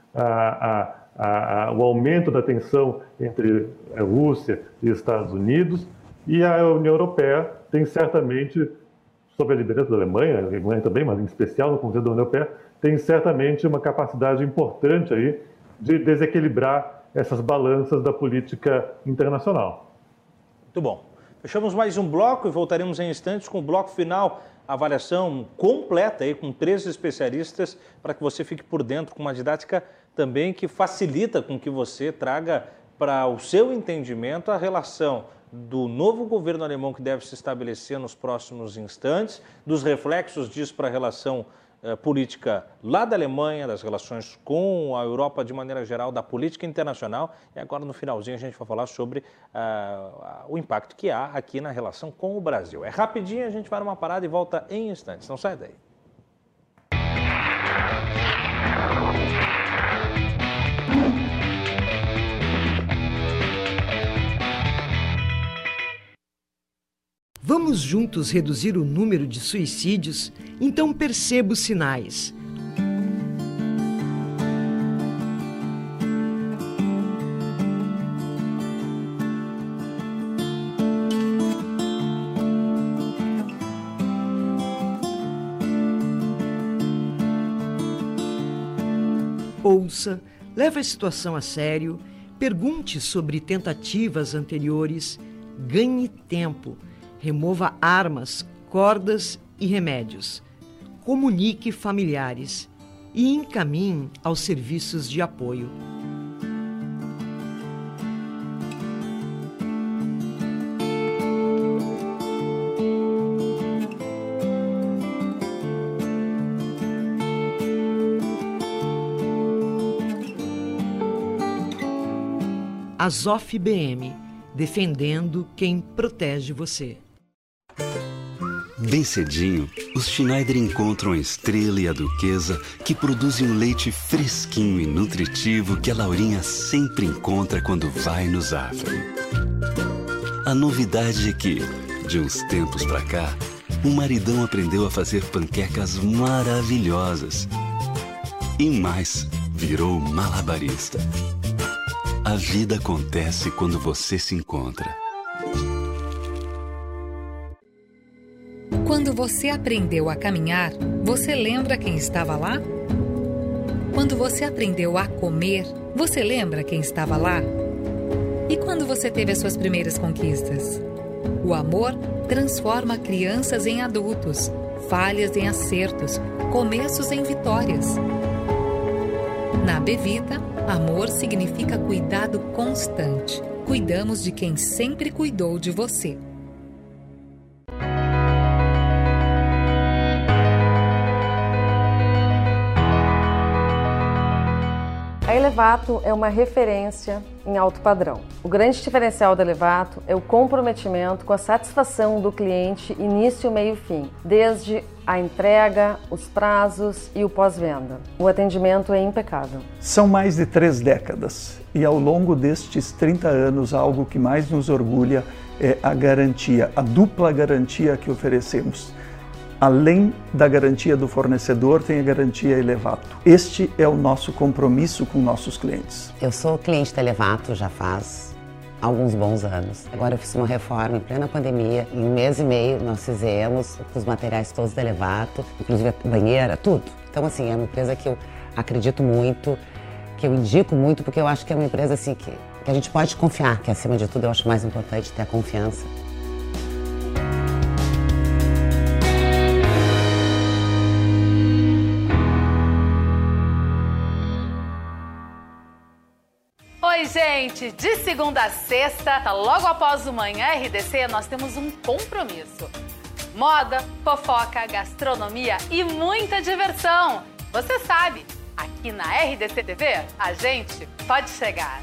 o aumento da tensão entre a Rússia e Estados Unidos, e a União Europeia tem certamente, sob a liderança da Alemanha também, mas em especial no contexto da União Europeia, tem certamente uma capacidade importante aí de desequilibrar essas balanças da política internacional. Muito bom. Fechamos mais um bloco e voltaremos em instantes com o bloco final, avaliação completa aí com 3 especialistas para que você fique por dentro, com uma didática também que facilita com que você traga para o seu entendimento a relação do novo governo alemão que deve se estabelecer nos próximos instantes, dos reflexos disso para a relação política lá da Alemanha, das relações com a Europa de maneira geral, da política internacional. E agora no finalzinho a gente vai falar sobre o impacto que há aqui na relação com o Brasil. É rapidinho, a gente vai numa parada e volta em instantes. Não sai daí. Vamos juntos reduzir o número de suicídios? Então perceba os sinais. Ouça, leve a situação a sério, pergunte sobre tentativas anteriores, ganhe tempo. Remova armas, cordas e remédios. Comunique familiares e encaminhe aos serviços de apoio. Azof BM, defendendo quem protege você. Bem cedinho, os Schneider encontram a Estrela e a Duquesa, que produzem um leite fresquinho e nutritivo que a Laurinha sempre encontra quando vai no Zafari. A novidade é que, de uns tempos pra cá, o maridão aprendeu a fazer panquecas maravilhosas. E mais, virou malabarista. A vida acontece quando você se encontra. Quando você aprendeu a caminhar, você lembra quem estava lá? Quando você aprendeu a comer, você lembra quem estava lá? E quando você teve as suas primeiras conquistas? O amor transforma crianças em adultos, falhas em acertos, começos em vitórias. Na Bevita, amor significa cuidado constante. Cuidamos de quem sempre cuidou de você. A Elevato é uma referência em alto padrão. O grande diferencial da Elevato é o comprometimento com a satisfação do cliente início, meio e fim, desde a entrega, os prazos e o pós-venda. O atendimento é impecável. São mais de 3 décadas e ao longo destes 30 anos algo que mais nos orgulha é a garantia, a dupla garantia que oferecemos. Além da garantia do fornecedor, tem a garantia Elevato. Este é o nosso compromisso com nossos clientes. Eu sou cliente da Elevato já faz alguns bons anos. Agora eu fiz uma reforma em plena pandemia. Em 1 mês e meio nós fizemos os materiais todos da Elevato, inclusive a banheira, tudo. Então assim, é uma empresa que eu acredito muito, que eu indico muito, porque eu acho que é uma empresa assim que a gente pode confiar, que acima de tudo eu acho mais importante ter a confiança. Oi, gente! De segunda a sexta, logo após o Manhã RDC, nós temos um compromisso. Moda, fofoca, gastronomia e muita diversão. Você sabe, aqui na RDC TV, a gente pode chegar.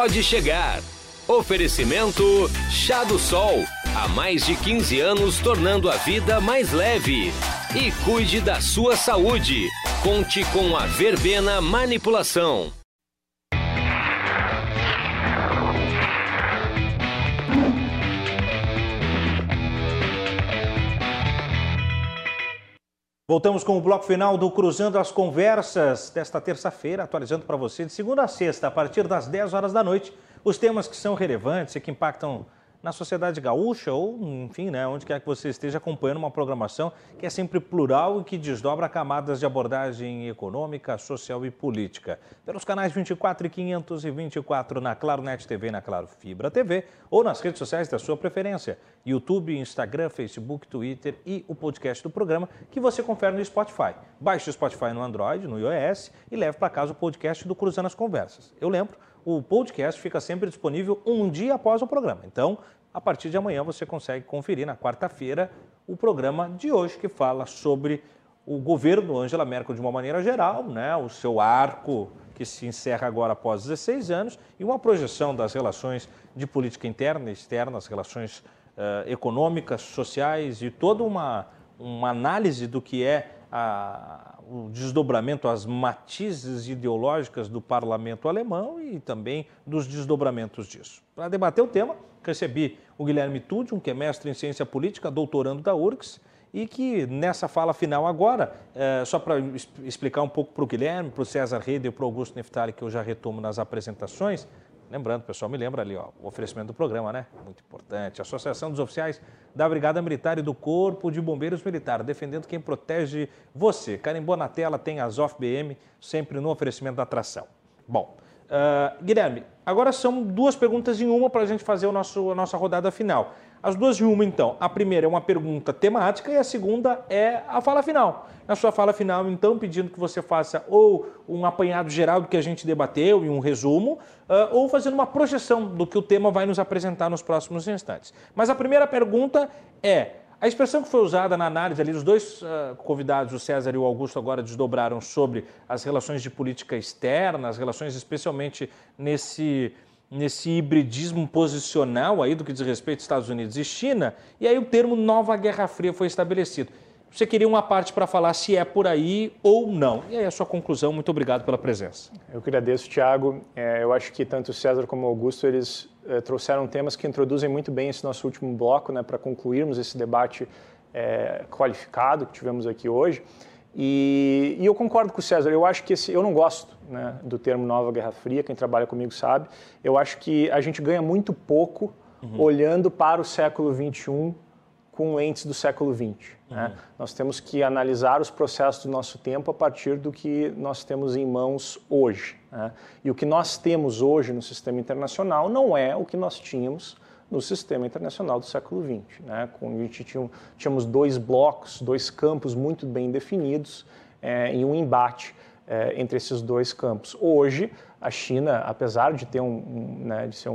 pode chegar. Oferecimento Chá do Sol. Há mais de 15 anos tornando a vida mais leve. E cuide da sua saúde. Conte com a Verbena Manipulação. Voltamos com o bloco final do Cruzando as Conversas desta terça-feira, atualizando para você de segunda a sexta, a partir das 10 horas da noite, os temas que são relevantes e que impactam na sociedade gaúcha ou, enfim, onde quer que você esteja acompanhando uma programação que é sempre plural e que desdobra camadas de abordagem econômica, social e política. Pelos canais 24 e 524 na Claro Net TV e na Claro Fibra TV ou nas redes sociais da sua preferência, YouTube, Instagram, Facebook, Twitter e o podcast do programa que você confere no Spotify. Baixe o Spotify no Android, no iOS e leve para casa o podcast do Cruzando as Conversas. Eu lembro, o podcast fica sempre disponível um dia após o programa. Então, a partir de amanhã você consegue conferir na quarta-feira o programa de hoje que fala sobre o governo Angela Merkel de uma maneira geral, o seu arco que se encerra agora após 16 anos e uma projeção das relações de política interna e externa, as relações econômicas, sociais e toda uma análise do que é o desdobramento, as matizes ideológicas do parlamento alemão e também dos desdobramentos disso. Para debater o tema, recebi o Guilherme Tudium, que é mestre em ciência política, doutorando da URGS, e que nessa fala final agora, só para explicar um pouco para o Guilherme, para o César Rede e para o Augusto Neftali, que eu já retomo nas apresentações. Lembrando, pessoal, me lembra ali, o oferecimento do programa, Muito importante. Associação dos Oficiais da Brigada Militar e do Corpo de Bombeiros Militar, defendendo quem protege você. Carimbou na tela, tem Azov BM, sempre no oferecimento da atração. Bom, Guilherme, agora são duas perguntas em uma para a gente fazer a nossa rodada final. As duas em uma, então. A primeira é uma pergunta temática e a segunda é a fala final. Na sua fala final, então, pedindo que você faça ou um apanhado geral do que a gente debateu e um resumo, ou fazendo uma projeção do que o tema vai nos apresentar nos próximos instantes. Mas a primeira pergunta é: a expressão que foi usada na análise ali, os dois convidados, o César e o Augusto, agora desdobraram sobre as relações de política externa, as relações especialmente nesse hibridismo posicional aí do que diz respeito aos Estados Unidos e China, e aí o termo Nova Guerra Fria foi estabelecido. Você queria uma parte para falar se é por aí ou não. E aí a sua conclusão, muito obrigado pela presença. Eu que agradeço, Thiago. Eu acho que tanto o César como o Augusto, eles trouxeram temas que introduzem muito bem esse nosso último bloco, para concluirmos esse debate qualificado que tivemos aqui hoje. E eu concordo com o César, eu acho que eu não gosto do termo Nova Guerra Fria, quem trabalha comigo sabe. Eu acho que a gente ganha muito pouco olhando para o século XXI com lentes do século XX. Nós temos que analisar os processos do nosso tempo a partir do que nós temos em mãos hoje. E o que nós temos hoje no sistema internacional não é o que nós tínhamos no sistema internacional do século XX. Quando a gente tínhamos dois blocos, dois campos muito bem definidos em um embate entre esses dois campos. Hoje, a China, apesar de ter de ser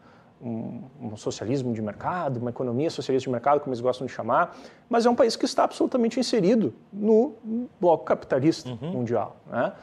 um socialismo de mercado, uma economia socialista de mercado, como eles gostam de chamar, mas é um país que está absolutamente inserido no bloco capitalista mundial.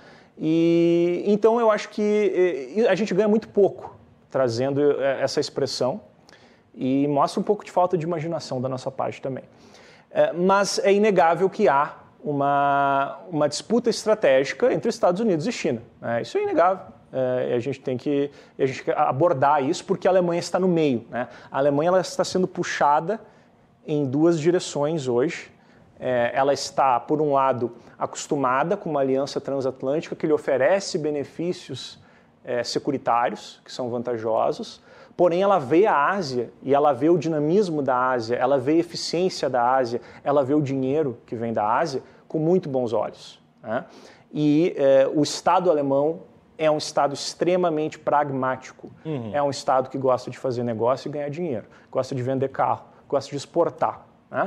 E então eu acho que a gente ganha muito pouco trazendo essa expressão e mostra um pouco de falta de imaginação da nossa parte também. Mas é inegável que há uma disputa estratégica entre Estados Unidos e China. Isso é inegável. A gente tem que abordar isso porque a Alemanha está no meio. A Alemanha ela está sendo puxada em duas direções hoje. Ela está, por um lado, acostumada com uma aliança transatlântica que lhe oferece benefícios securitários, que são vantajosos, porém ela vê a Ásia e ela vê o dinamismo da Ásia, ela vê a eficiência da Ásia, ela vê o dinheiro que vem da Ásia com muito bons olhos. E o Estado alemão é um Estado extremamente pragmático. É um Estado que gosta de fazer negócio e ganhar dinheiro, gosta de vender carro, gosta de exportar.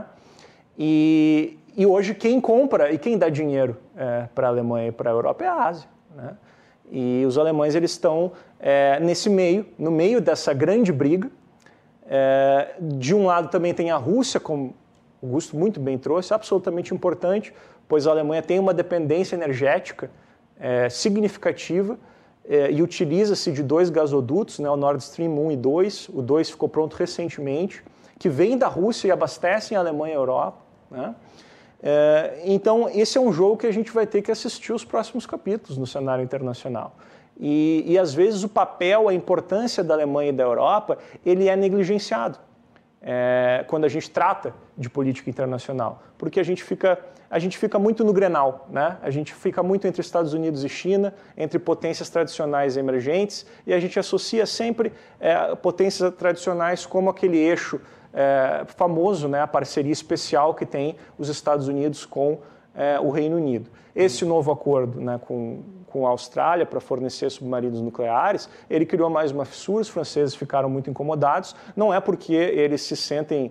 E hoje quem compra e quem dá dinheiro para a Alemanha e para a Europa é a Ásia. E os alemães eles estão nesse meio, no meio dessa grande briga. De um lado também tem a Rússia, como o Augusto muito bem trouxe, absolutamente importante, pois a Alemanha tem uma dependência energética significativa e utiliza-se de 2 gasodutos, né, o Nord Stream 1 e 2, o 2 ficou pronto recentemente, que vêm da Rússia e abastecem a Alemanha e a Europa, né? Então, esse é um jogo que a gente vai ter que assistir os próximos capítulos no cenário internacional. E às vezes, o papel, a importância da Alemanha e da Europa, ele é negligenciado quando a gente trata de política internacional, porque a gente fica muito no Grenal, né? A gente fica muito entre Estados Unidos e China, entre potências tradicionais e emergentes, e a gente associa sempre potências tradicionais como aquele eixo famoso, né, a parceria especial que tem os Estados Unidos com o Reino Unido. Esse novo acordo, né, com a Austrália para fornecer submarinos nucleares, ele criou mais uma fissura, os franceses ficaram muito incomodados, não é porque eles se sentem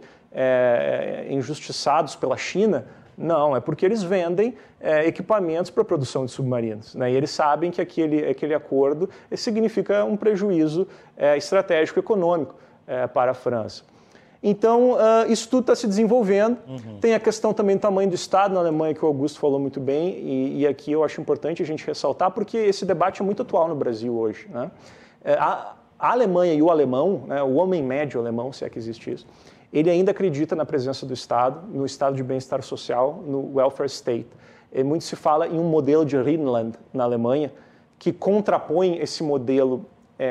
injustiçados pela China, não, é porque eles vendem equipamentos para a produção de submarinos, né, e eles sabem que aquele acordo significa um prejuízo estratégico econômico para a França. Então, isso tudo está se desenvolvendo. Tem a questão também do tamanho do Estado na Alemanha, que o Augusto falou muito bem, e aqui eu acho importante a gente ressaltar, porque esse debate é muito atual no Brasil hoje, né? A Alemanha e o alemão, né, o homem médio alemão, se é que existe isso, ele ainda acredita na presença do Estado, no estado de bem-estar social, no welfare state. Muito se fala em um modelo de Rhineland na Alemanha, que contrapõe esse modelo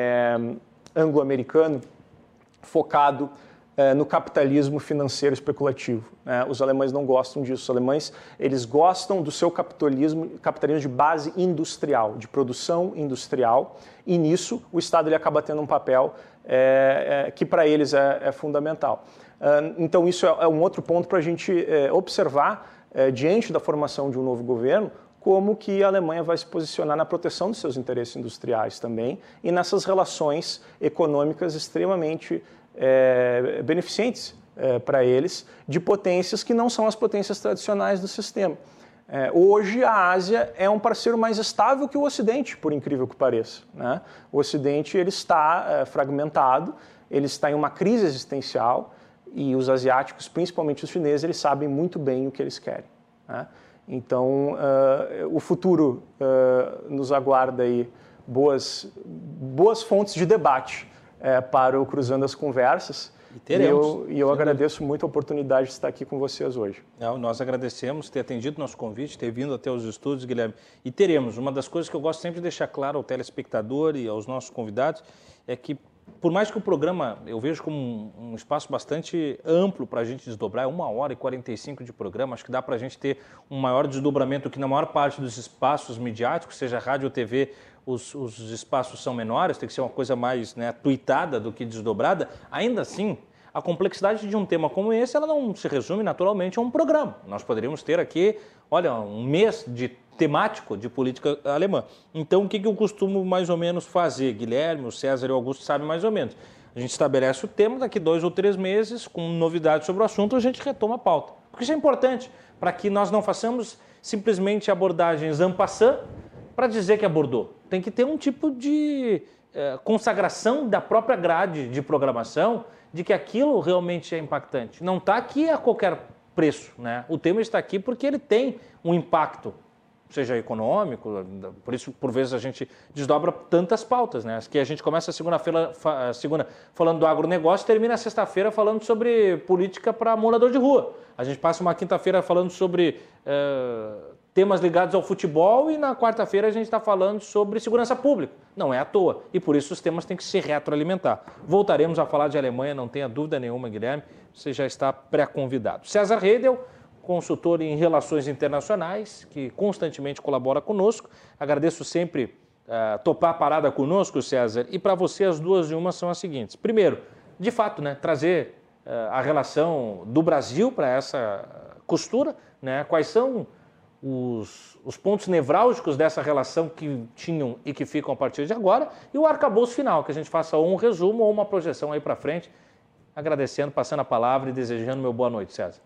anglo-americano focado no capitalismo financeiro especulativo. Os alemães não gostam disso. Os alemães, eles gostam do seu capitalismo de base industrial, de produção industrial, e nisso o Estado ele acaba tendo um papel que para eles é fundamental. Então isso é um outro ponto para a gente observar diante da formação de um novo governo, como que a Alemanha vai se posicionar na proteção dos seus interesses industriais também e nessas relações econômicas extremamente beneficentes para eles, de potências que não são as potências tradicionais do sistema. Hoje, a Ásia é um parceiro mais estável que o Ocidente, por incrível que pareça, né? O Ocidente ele está fragmentado, ele está em uma crise existencial e os asiáticos, principalmente os chineses, eles sabem muito bem o que eles querem, né? Então, o futuro nos aguarda aí boas fontes de debate para o Cruzando as Conversas. E eu agradeço muito a oportunidade de estar aqui com vocês hoje. Nós agradecemos ter atendido nosso convite, ter vindo até os estúdios, Guilherme. E teremos, uma das coisas que eu gosto sempre de deixar claro ao telespectador e aos nossos convidados, é que por mais que o programa eu vejo como um espaço bastante amplo para a gente desdobrar, é 1h45 de programa, acho que dá para a gente ter um maior desdobramento que na maior parte dos espaços midiáticos, seja rádio ou TV, os espaços são menores, tem que ser uma coisa mais, né, tuitada do que desdobrada. Ainda assim, a complexidade de um tema como esse, ela não se resume naturalmente a um programa. Nós poderíamos ter aqui, olha, um mês de temático de política alemã. Então, o que eu costumo mais ou menos fazer? Guilherme, o César e o Augusto sabem mais ou menos. A gente estabelece o tema, daqui 2 ou 3 meses, com novidades sobre o assunto, a gente retoma a pauta. Porque isso é importante, para que nós não façamos simplesmente abordagens en passant para dizer que abordou. Tem que ter um tipo de consagração da própria grade de programação de que aquilo realmente é impactante. Não está aqui a qualquer preço, né? O tema está aqui porque ele tem um impacto, seja econômico, por isso, por vezes, a gente desdobra tantas pautas, né? Que a gente começa a segunda falando do agronegócio e termina a sexta-feira falando sobre política para morador de rua. A gente passa uma quinta-feira falando sobre temas ligados ao futebol e na quarta-feira a gente está falando sobre segurança pública. Não é à toa. E por isso os temas têm que se retroalimentar. Voltaremos a falar de Alemanha, não tenha dúvida nenhuma, Guilherme. Você já está pré-convidado. César Redel, consultor em relações internacionais, que constantemente colabora conosco. Agradeço sempre topar a parada conosco, César. E para você as duas em uma são as seguintes. Primeiro, de fato, né, trazer a relação do Brasil para essa costura, né? Quais são os pontos nevrálgicos dessa relação que tinham e que ficam a partir de agora, e o arcabouço final, que a gente faça ou um resumo ou uma projeção aí para frente. Agradecendo, passando a palavra e desejando meu boa noite, César.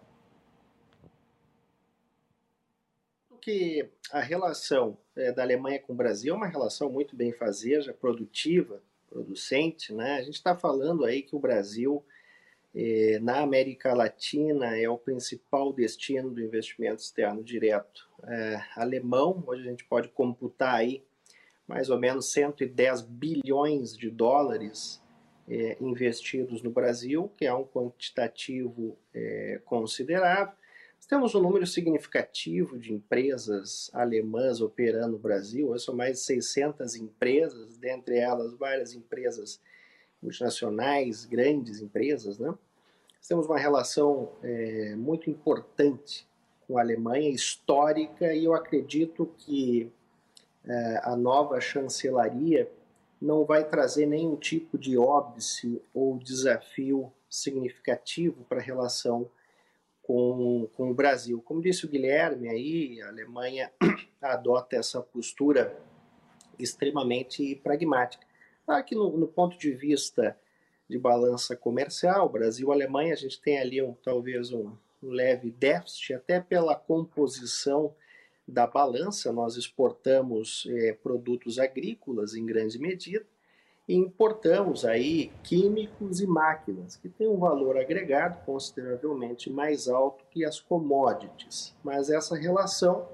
Que a relação da Alemanha com o Brasil é uma relação muito benfazeja, produtiva, producente, né? A gente está falando aí que o Brasil, na América Latina, é o principal destino do investimento externo direto alemão. Hoje a gente pode computar aí mais ou menos 110 bilhões de dólares investidos no Brasil, que é um quantitativo considerável. Nós temos um número significativo de empresas alemãs operando no Brasil. Hoje são mais de 600 empresas, dentre elas várias empresas multinacionais, grandes empresas, né? Nós temos uma relação muito importante com a Alemanha, histórica, e eu acredito que a nova chancelaria não vai trazer nenhum tipo de óbice ou desafio significativo para a relação com o Brasil. Como disse o Guilherme, aí, a Alemanha adota essa postura extremamente pragmática. Claro que no ponto de vista de balança comercial, Brasil e Alemanha, a gente tem ali talvez um leve déficit, até pela composição da balança. Nós exportamos produtos agrícolas em grande medida e importamos aí químicos e máquinas, que têm um valor agregado consideravelmente mais alto que as commodities. Mas essa relação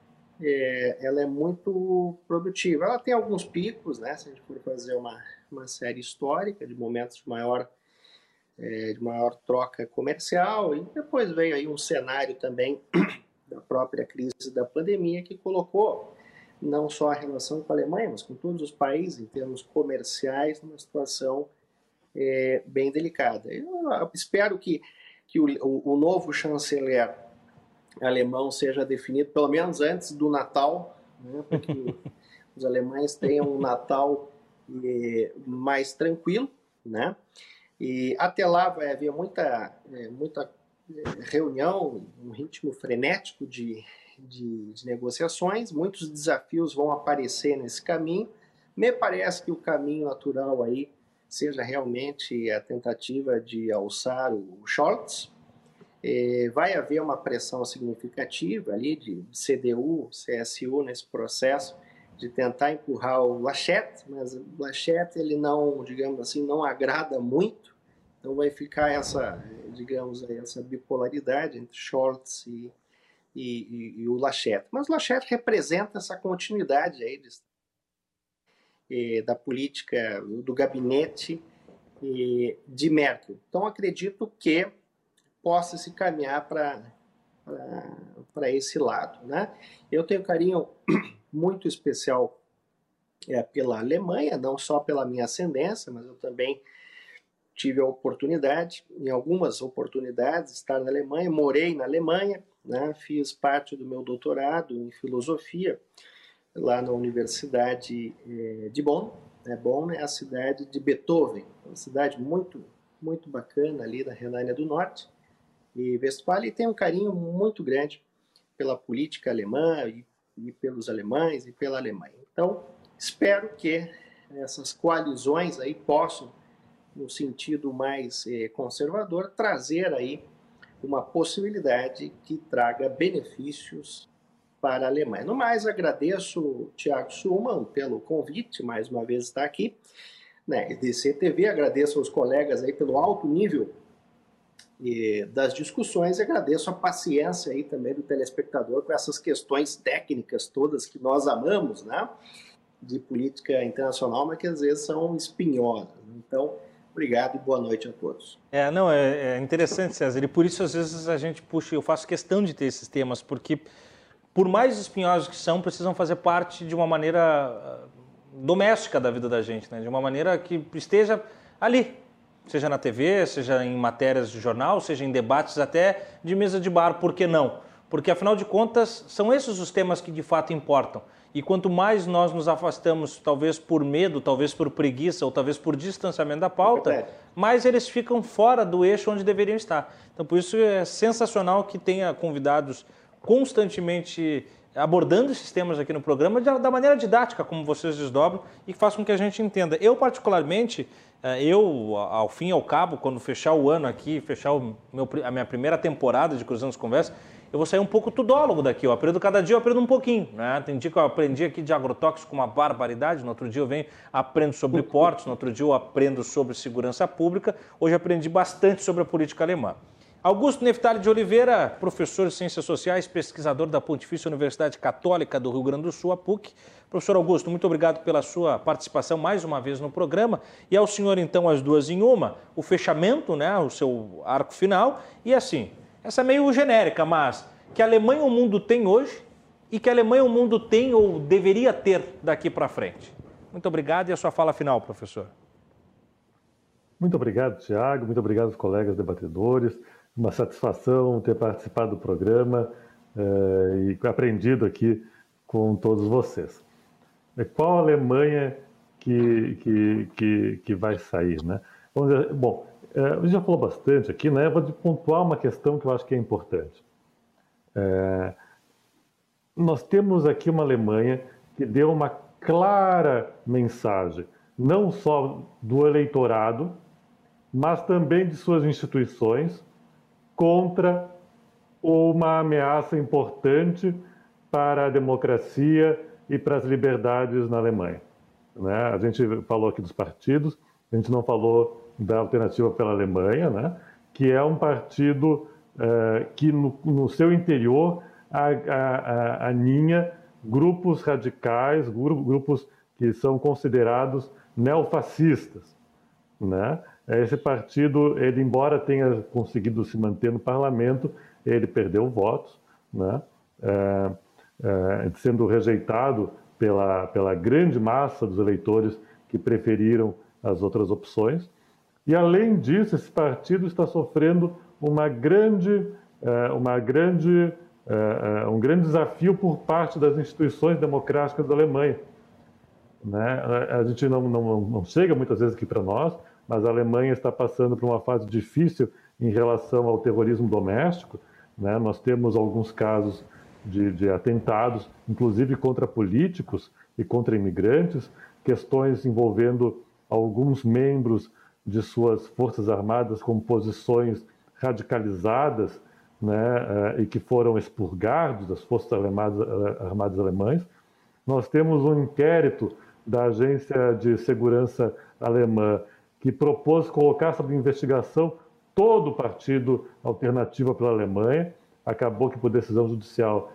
ela é muito produtiva. Ela tem alguns picos, né? Se a gente for fazer uma série histórica de momentos de maior troca comercial, e depois veio aí um cenário também da própria crise da pandemia que colocou não só a relação com a Alemanha, mas com todos os países em termos comerciais numa situação bem delicada. Eu espero que o novo chanceler alemão seja definido pelo menos antes do Natal, né, para que os alemães tenham um Natal mais tranquilo, né? E até lá vai haver muita reunião, um ritmo frenético de negociações, muitos desafios vão aparecer nesse caminho. Me parece que o caminho natural aí seja realmente a tentativa de alçar o Scholz. Vai haver uma pressão significativa ali de CDU, CSU nesse processo de tentar empurrar o Laschet, mas o Laschet ele não, digamos assim, não agrada muito, então vai ficar essa bipolaridade entre Scholz e o Laschet. Mas o Laschet representa essa continuidade aí da política, do gabinete de Merkel. Então acredito que possa se caminhar para esse lado, né? Eu tenho carinho muito especial pela Alemanha, não só pela minha ascendência, mas eu também tive a oportunidade, em algumas oportunidades, de estar na Alemanha, morei na Alemanha, né? Fiz parte do meu doutorado em filosofia lá na Universidade de Bonn. Bonn é a cidade de Beethoven, uma cidade muito, muito bacana ali da Renânia do Norte e Westfália, e tem um carinho muito grande pela política alemã e pelos alemães e pela Alemanha. Então, espero que essas coalizões aí possam, no sentido mais conservador, trazer aí uma possibilidade que traga benefícios para a Alemanha. No mais, agradeço Thiago Suman pelo convite, mais uma vez estar aqui, na RDC TV, agradeço aos colegas aí pelo alto nível das discussões e agradeço a paciência aí também do telespectador com essas questões técnicas todas que nós amamos, né, de política internacional, mas que às vezes são espinhosas. Então, obrigado e boa noite a todos. É interessante, César, e por isso às vezes a gente eu faço questão de ter esses temas, porque por mais espinhosos que são, precisam fazer parte de uma maneira doméstica da vida da gente, né? De uma maneira que esteja ali, seja na TV, seja em matérias de jornal, seja em debates até de mesa de bar, por que não? Porque, afinal de contas, são esses os temas que de fato importam. E quanto mais nós nos afastamos, talvez por medo, talvez por preguiça ou talvez por distanciamento da pauta, mais eles ficam fora do eixo onde deveriam estar. Então, por isso é sensacional que tenha convidados constantemente abordando esses temas aqui no programa da maneira didática, como vocês desdobram, e que faz com que a gente entenda. Eu, particularmente, ao fim e ao cabo, quando fechar o ano aqui, fechar a minha primeira temporada de Cruzando as Conversas, eu vou sair um pouco tudólogo daqui. Eu aprendo cada dia, eu aprendo um pouquinho, né? Tem dia que eu aprendi aqui de agrotóxico uma barbaridade, no outro dia eu aprendo sobre portos, no outro dia eu aprendo sobre segurança pública, hoje eu aprendi bastante sobre a política alemã. Augusto Neftali de Oliveira, professor de Ciências Sociais, pesquisador da Pontifícia Universidade Católica do Rio Grande do Sul, a PUC. Professor Augusto, muito obrigado pela sua participação mais uma vez no programa. E ao senhor, então, as duas em uma, o fechamento, né, o seu arco final. E assim, essa é meio genérica, mas que Alemanha o mundo tem hoje e que Alemanha o mundo tem ou deveria ter daqui para frente. Muito obrigado e a sua fala final, professor. Muito obrigado, Tiago. Muito obrigado aos colegas debatedores. Uma satisfação ter participado do programa e aprendido aqui com todos vocês. Qual a Alemanha que vai sair, né? Vamos dizer, bom, a gente já falou bastante aqui, né? Eu vou pontuar uma questão que eu acho que é importante. Nós temos aqui uma Alemanha que deu uma clara mensagem, não só do eleitorado, mas também de suas instituições, contra uma ameaça importante para a democracia e para as liberdades na Alemanha. Né? A gente falou aqui dos partidos, a gente não falou da Alternativa pela Alemanha, né? Que é um partido que no seu interior aninha grupos radicais, grupos que são considerados neofascistas, né? Esse partido, ele, embora tenha conseguido se manter no parlamento, ele perdeu votos, né? Sendo rejeitado pela grande massa dos eleitores que preferiram as outras opções. E, além disso, esse partido está sofrendo um grande desafio por parte das instituições democráticas da Alemanha. Né? A gente não chega muitas vezes aqui para nós, mas a Alemanha está passando por uma fase difícil em relação ao terrorismo doméstico. Né? Nós temos alguns casos de atentados, inclusive contra políticos e contra imigrantes, questões envolvendo alguns membros de suas forças armadas com posições radicalizadas, né? E que foram expurgados das forças armadas alemãs. Nós temos um inquérito da Agência de Segurança Alemã que propôs colocar sob investigação todo o partido Alternativa pela Alemanha. Acabou que, por decisão judicial,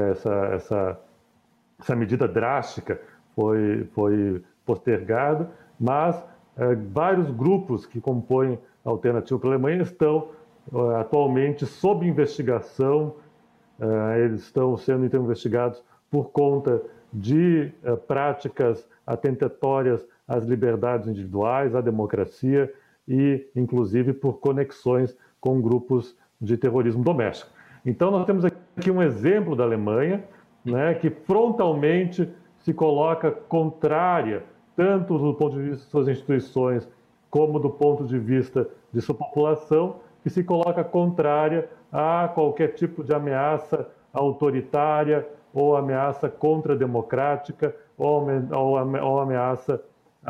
essa medida drástica foi postergada, mas vários grupos que compõem a Alternativa pela Alemanha estão atualmente sob investigação. Eles estão sendo investigados por conta de práticas atentatórias às liberdades individuais, à democracia e, inclusive, por conexões com grupos de terrorismo doméstico. Então, nós temos aqui um exemplo da Alemanha, né, que frontalmente se coloca contrária, tanto do ponto de vista de suas instituições, como do ponto de vista de sua população, que se coloca contrária a qualquer tipo de ameaça autoritária ou ameaça contra-democrática ou ameaça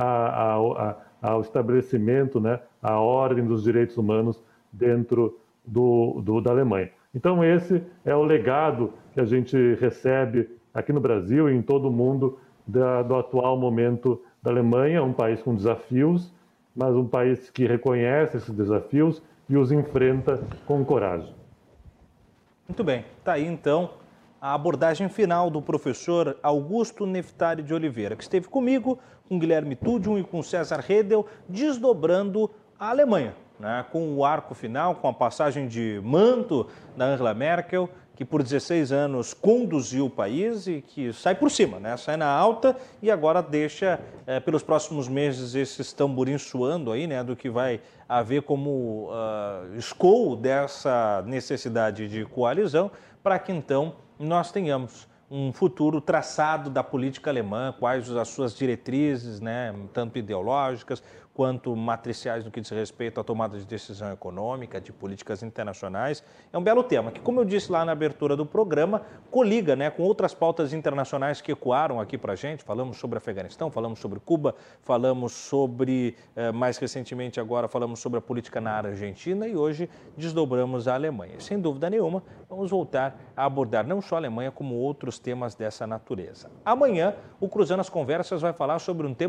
ao estabelecimento, né, à ordem dos direitos humanos dentro da Alemanha. Então, esse é o legado que a gente recebe aqui no Brasil e em todo o mundo do atual momento da Alemanha, um país com desafios, mas um país que reconhece esses desafios e os enfrenta com coragem. Muito bem, está aí então a abordagem final do professor Augusto Neftali de Oliveira, que esteve comigo, com Guilherme Tudium e com César Redel, desdobrando a Alemanha, né, com o arco final, com a passagem de manto da Angela Merkel, que por 16 anos conduziu o país e que sai por cima, né, sai na alta e agora deixa pelos próximos meses esses tamborins suando aí, né, do que vai haver como escoo dessa necessidade de coalizão, para que então nós tenhamos um futuro traçado da política alemã, quais as suas diretrizes, né, tanto ideológicas quanto matriciais no que diz respeito à tomada de decisão econômica, de políticas internacionais. É um belo tema que, como eu disse lá na abertura do programa, coliga, né, com outras pautas internacionais que ecoaram aqui para a gente. Falamos sobre Afeganistão, falamos sobre Cuba, falamos sobre, mais recentemente agora, falamos sobre a política na Argentina e hoje desdobramos a Alemanha. Sem dúvida nenhuma, vamos voltar a abordar não só a Alemanha, como outros temas dessa natureza. Amanhã, o Cruzando as Conversas vai falar sobre um tema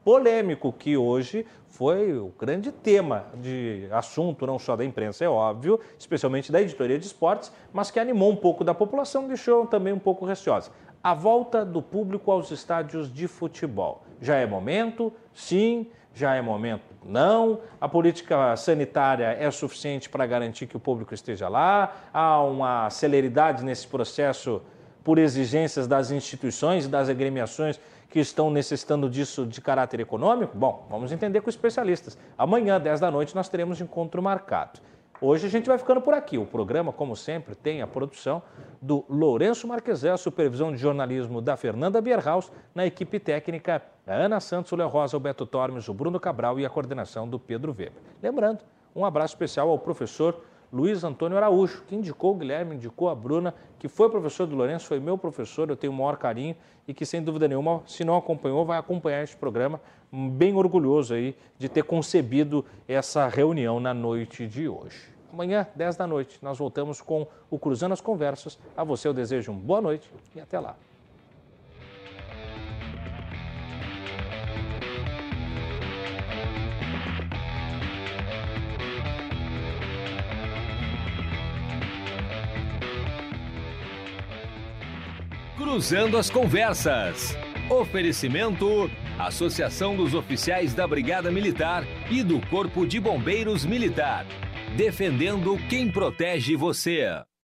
polêmico, que hoje foi o grande tema de assunto, não só da imprensa, é óbvio, especialmente da editoria de esportes, mas que animou um pouco da população, deixou também um pouco receosa. A volta do público aos estádios de futebol. Já é momento? Sim. Já é momento? Não. A política sanitária é suficiente para garantir que o público esteja lá? Há uma celeridade nesse processo por exigências das instituições e das agremiações que estão necessitando disso de caráter econômico? Bom, vamos entender com especialistas. Amanhã, 10 da noite, nós teremos encontro marcado. Hoje a gente vai ficando por aqui. O programa, como sempre, tem a produção do Lourenço Marquesé, a supervisão de jornalismo da Fernanda Bierhaus, na equipe técnica a Ana Santos, o Léo Rosa, o Beto Tormes, o Bruno Cabral e a coordenação do Pedro Weber. Lembrando, um abraço especial ao professor Luiz Antônio Araújo, que indicou o Guilherme, indicou a Bruna, que foi professor do Lourenço, foi meu professor, eu tenho o maior carinho e que, sem dúvida nenhuma, se não acompanhou, vai acompanhar este programa. Bem orgulhoso aí de ter concebido essa reunião na noite de hoje. Amanhã, 10 da noite, nós voltamos com o Cruzando as Conversas. A você eu desejo uma boa noite e até lá. Cruzando as Conversas. Oferecimento: Associação dos Oficiais da Brigada Militar e do Corpo de Bombeiros Militar. Defendendo quem protege você.